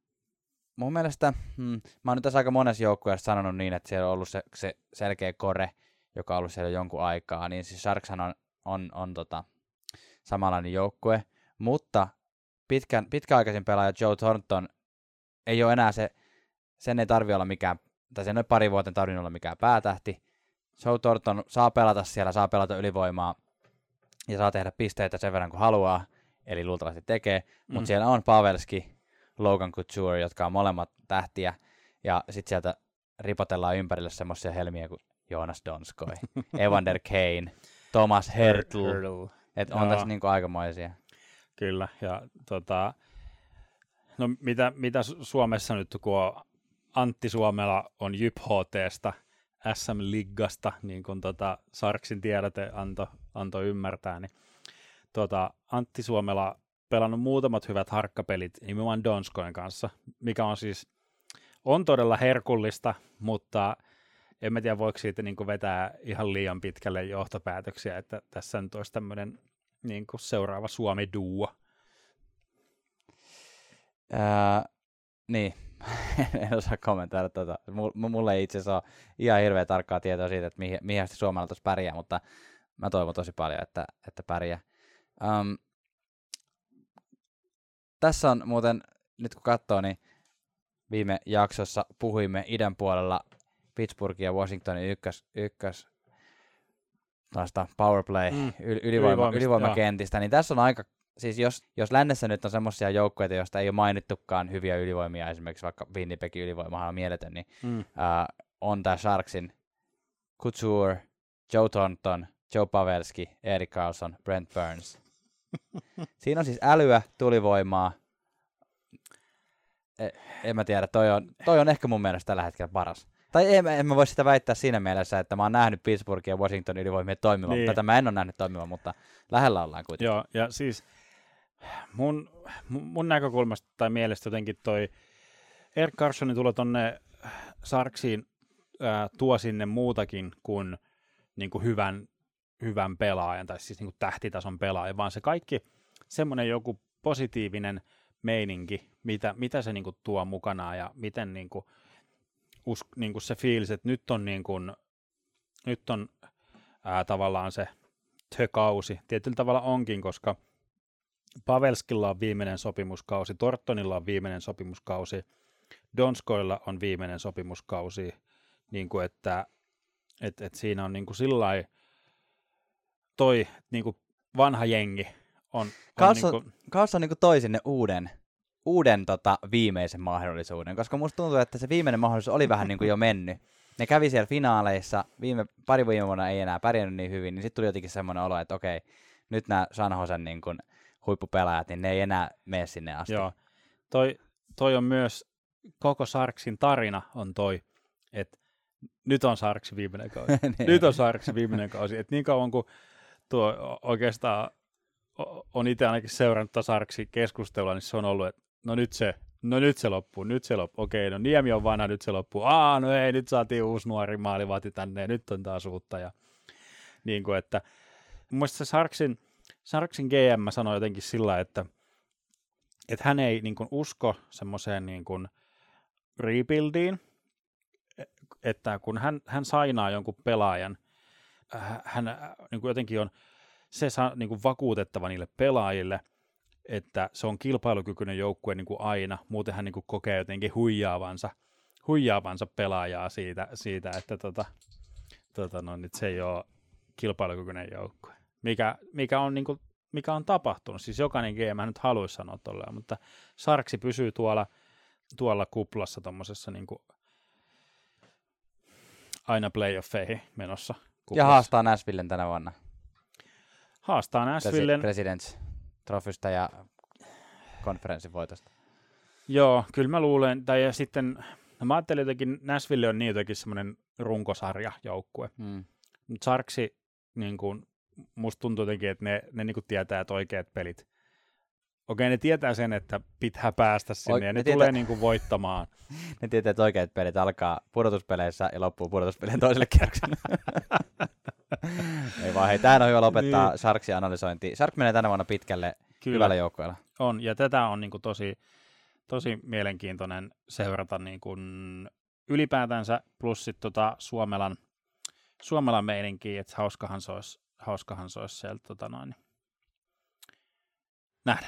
mun mielestä, hmm, mä oon nyt tässä aika monessa joukkueessa sanonut niin, että siellä on ollut se, se selkeä kore, joka on ollut siellä jonkun aikaa, niin siis Sharkshan on, on, on tota, samanlainen joukkue, mutta pitkän, pitkäaikaisin pelaaja Joe Thornton ei ole enää se, sen ei tarvitse olla mikään, tai sen ei pari vuotta tarvinnut olla mikään päätähti. Joe Thornton saa pelata siellä, saa pelata ylivoimaa ja saa tehdä pisteitä sen verran kuin haluaa, eli luultavasti tekee, mm. mutta siellä on Pavelski, Logan Couture, jotka on molemmat tähtiä, ja sitten sieltä ripotellaan ympärille semmoisia helmiä kuin Jonas Donskoi, Evander Kane, Thomas Hertl, että on tässä niinku aikamoisia. Kyllä, ja tota, no mitä, mitä Suomessa nyt, kun on Antti Suomela on J Y P H T:stä, S M-liggasta, niin kuin tota Sarksin tiedote antoi anto ymmärtää, niin tota, Antti Suomela pelannut muutamat hyvät harkkapelit nimenomaan Donskoin kanssa, mikä on siis, on todella herkullista, mutta en mä tiedä, voiko siitä niin kuin vetää ihan liian pitkälle johtopäätöksiä, että tässä nyt olisi tämmöinen niin kuin seuraava Suomi-duo. Ää, niin, en osaa kommentoida tuota. Mulle ei itse asiassa ole ihan hirveän tarkkaa tietoa siitä, että mihin, mihin asti Suomella tuossa pärjää, mutta mä toivon tosi paljon, että, että pärjää. Um, tässä on muuten, nyt kun katsoo, niin viime jaksossa puhuimme idän puolella Pittsburghin ja Washingtonin ykkös, ykkös powerplay, mm. ylivoima, ylivoimakentistä, niin tässä on aika, siis jos, jos lännessä nyt on semmoisia joukkueita, joista ei ole mainittukaan hyviä ylivoimia, esimerkiksi vaikka Winnipegin ylivoimahan on mieletön, niin mm. uh, on tää Sharksin Couture, Joe Thornton, Joe Pavelski, Erik Karlsson, Brent Burns. Siinä on siis älyä, tulivoimaa. E, en mä tiedä, toi on, toi on ehkä mun mielestä tällä hetkellä paras. Tai en, en mä voi sitä väittää siinä mielessä, että mä oon nähnyt Pittsburghin ja Washingtonin ylivoimia toimivan, niin. Tätä mä en ole nähnyt toimivan, mutta lähellä ollaan kuitenkin. Joo, ja siis mun, mun näkökulmasta tai mielestä jotenkin toi Erik Karlssonin tulo tonne Sharksiin ää, tuo sinne muutakin kuin, niin kuin hyvän, hyvän pelaajan, tai siis niin kuin tähtitason pelaajan, vaan se kaikki semmoinen joku positiivinen meininki, mitä, mitä se niin kuin tuo mukanaan ja miten niin kuin, us, niin kuin se fiilis, että nyt on, niin kuin, nyt on ää, tavallaan se tö-kausi. Tietyllä tavalla onkin, koska Pavelskilla on viimeinen sopimuskausi, Thorntonilla on viimeinen sopimuskausi, Donskoilla on viimeinen sopimuskausi, niin kuin että et, et siinä on niin kuin sillai toi niin kuin vanha jengi on, Karlsson, on niin kuin... Karlsson niin kuin toi sinne uuden, uuden tota, viimeisen mahdollisuuden, koska musta tuntuu, että se viimeinen mahdollisuus oli vähän niin kuin jo mennyt. Ne kävi siellä finaaleissa, viime, pari viime vuonna ei enää pärjännyt niin hyvin, niin sitten tuli jotenkin semmoinen olo, että okei, nyt nämä San Josen niin kuin huippupelaajat, niin ne ei enää mene sinne asti. Joo, toi, toi on myös, koko Sharksin tarina on toi, että nyt on Sharksin viimeinen kausi, nyt on Sharksin viimeinen kausi, että niin kauan kuin tuo oikeastaan on itse ainakin seurannut Sharksin keskustelua, niin se on ollut, että no nyt se, no nyt se loppuu, nyt se loppuu, okei, no Niemi on vanha, nyt se loppuu, aa, no ei, nyt saatiin uusi nuori maalivahti tänne, ja nyt on taas uutta, ja niin kuin, että mun mielestä se Sharksin, Sharksin G M sanoi jotenkin sillä, että, että hän ei niin kuin usko semmoiseen niin kuin rebuildiin, että kun hän, hän sainaa jonkun pelaajan, hän niin kuin jotenkin on se saa niin kuin vakuutettava niille pelaajille, että se on kilpailukykyinen joukkue niin kuin aina, muuten hän niin kuin kokee jotenkin huijaavansa, huijaavansa pelaajaa siitä, siitä että tota, tota no, nyt se ei ole kilpailukykyinen joukkue. Mikä, mikä, on, niin kuin, mikä on tapahtunut, siis jokainen G M nyt haluaisi sanoa tolleen, mutta Sharksi pysyy tuolla, tuolla kuplassa tuommoisessa niin kuin aina playoffeihin menossa. Kuplassa. Ja haastaa Nashvillen tänä vuonna. Haastaa Nashvillen. Presidents Trophysta ja konferenssin voitosta. Joo, kyllä mä luulen. Tai ja sitten, no mä ajattelin jotenkin, Nashville on niin jotenkin semmoinen runkosarjajoukkue. Hmm. Mutta Sharksi, niin kuin, musta tuntuu jotenkin, että ne, ne niin kuin tietää, että oikeat pelit. Okei, ne tietää sen, että pitää päästä sinne, Oik- ja ne, ne tulee niin kuin voittamaan. Ne tietää, että oikeat pelit alkaa pudotuspeleissä ja loppuu pudotuspelien toiselle kierrokselle. Ei vaan, hei, tämähän on hyvä lopettaa niin. Sharksin analysointi. Shark menee tänä vuonna pitkälle Kyllä. hyvällä joukkueella. On, ja tätä on niin kuin tosi, tosi mielenkiintoinen seurata niin kuin ylipäätänsä, plus sitten tota Suomelan, Suomelan meininkiä, että hauskahan se olisi, hauskahan se olisi sieltä tota noin, nähdä.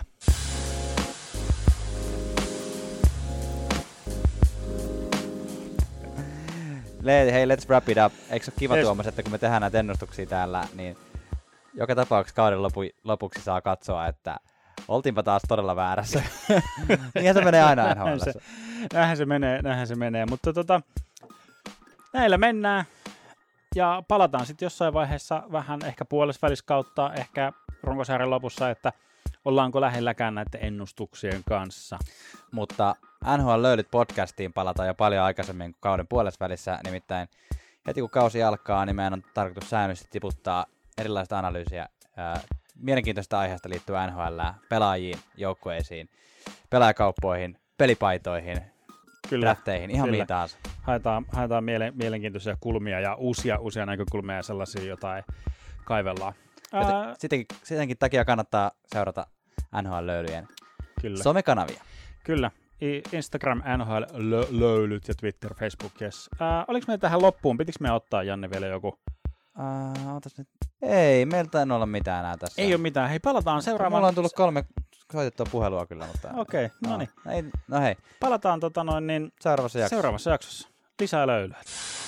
Hei, let's wrap it up. Eikö se ole kiva, yes. Tuomas, että kun me tehdään näitä ennustuksia täällä, niin joka tapauksessa kauden lopu, lopuksi saa katsoa, että oltiinpa taas todella väärässä. Niinhän se menee aina N H L:ssä. Näinhän se menee, näinhän se menee. Mutta tota, näillä mennään ja palataan sitten jossain vaiheessa vähän ehkä puolesvälis kautta, ehkä runkosarjan lopussa, että ollaanko lähelläkään näiden ennustuksien kanssa. Mutta N H L-löylyt podcastiin palataan jo paljon aikaisemmin kuin kauden puolesvälissä, nimittäin heti kun kausi alkaa, niin meidän on tarkoitus säännöllisesti tiputtaa erilaista analyysiä ää, mielenkiintoista aiheesta liittyen N H L, pelaajiin, joukkueisiin, pelaajakauppoihin, pelipaitoihin, Kyllä. drafteihin, ihan Kyllä. mihin taas. Haetaan, haetaan miele- mielenkiintoisia kulmia ja uusia, uusia näkökulmia ja sellaisia, jotain kaivellaan. Ää... Sittenkin, sittenkin takia kannattaa seurata N H L-löylyjen Kyllä. somekanavia. Kyllä. Instagram, N H L-löylyt ja Twitter, Facebook, yes. Ää, oliko meillä tähän loppuun? Pitikö me ottaa, Janne, vielä joku? Uh, nyt. Ei, meiltä ei ole mitään enää tässä. Ei ole mitään. Hei, palataan seuraavaan. Mulla on tullut kolme soitettua puhelua kyllä, mutta... Okei, okay, no niin. No hei. Palataan tota noin niin... Seuraavassa jaksossa. Seuraavassa jaksossa. Lisää löylyä.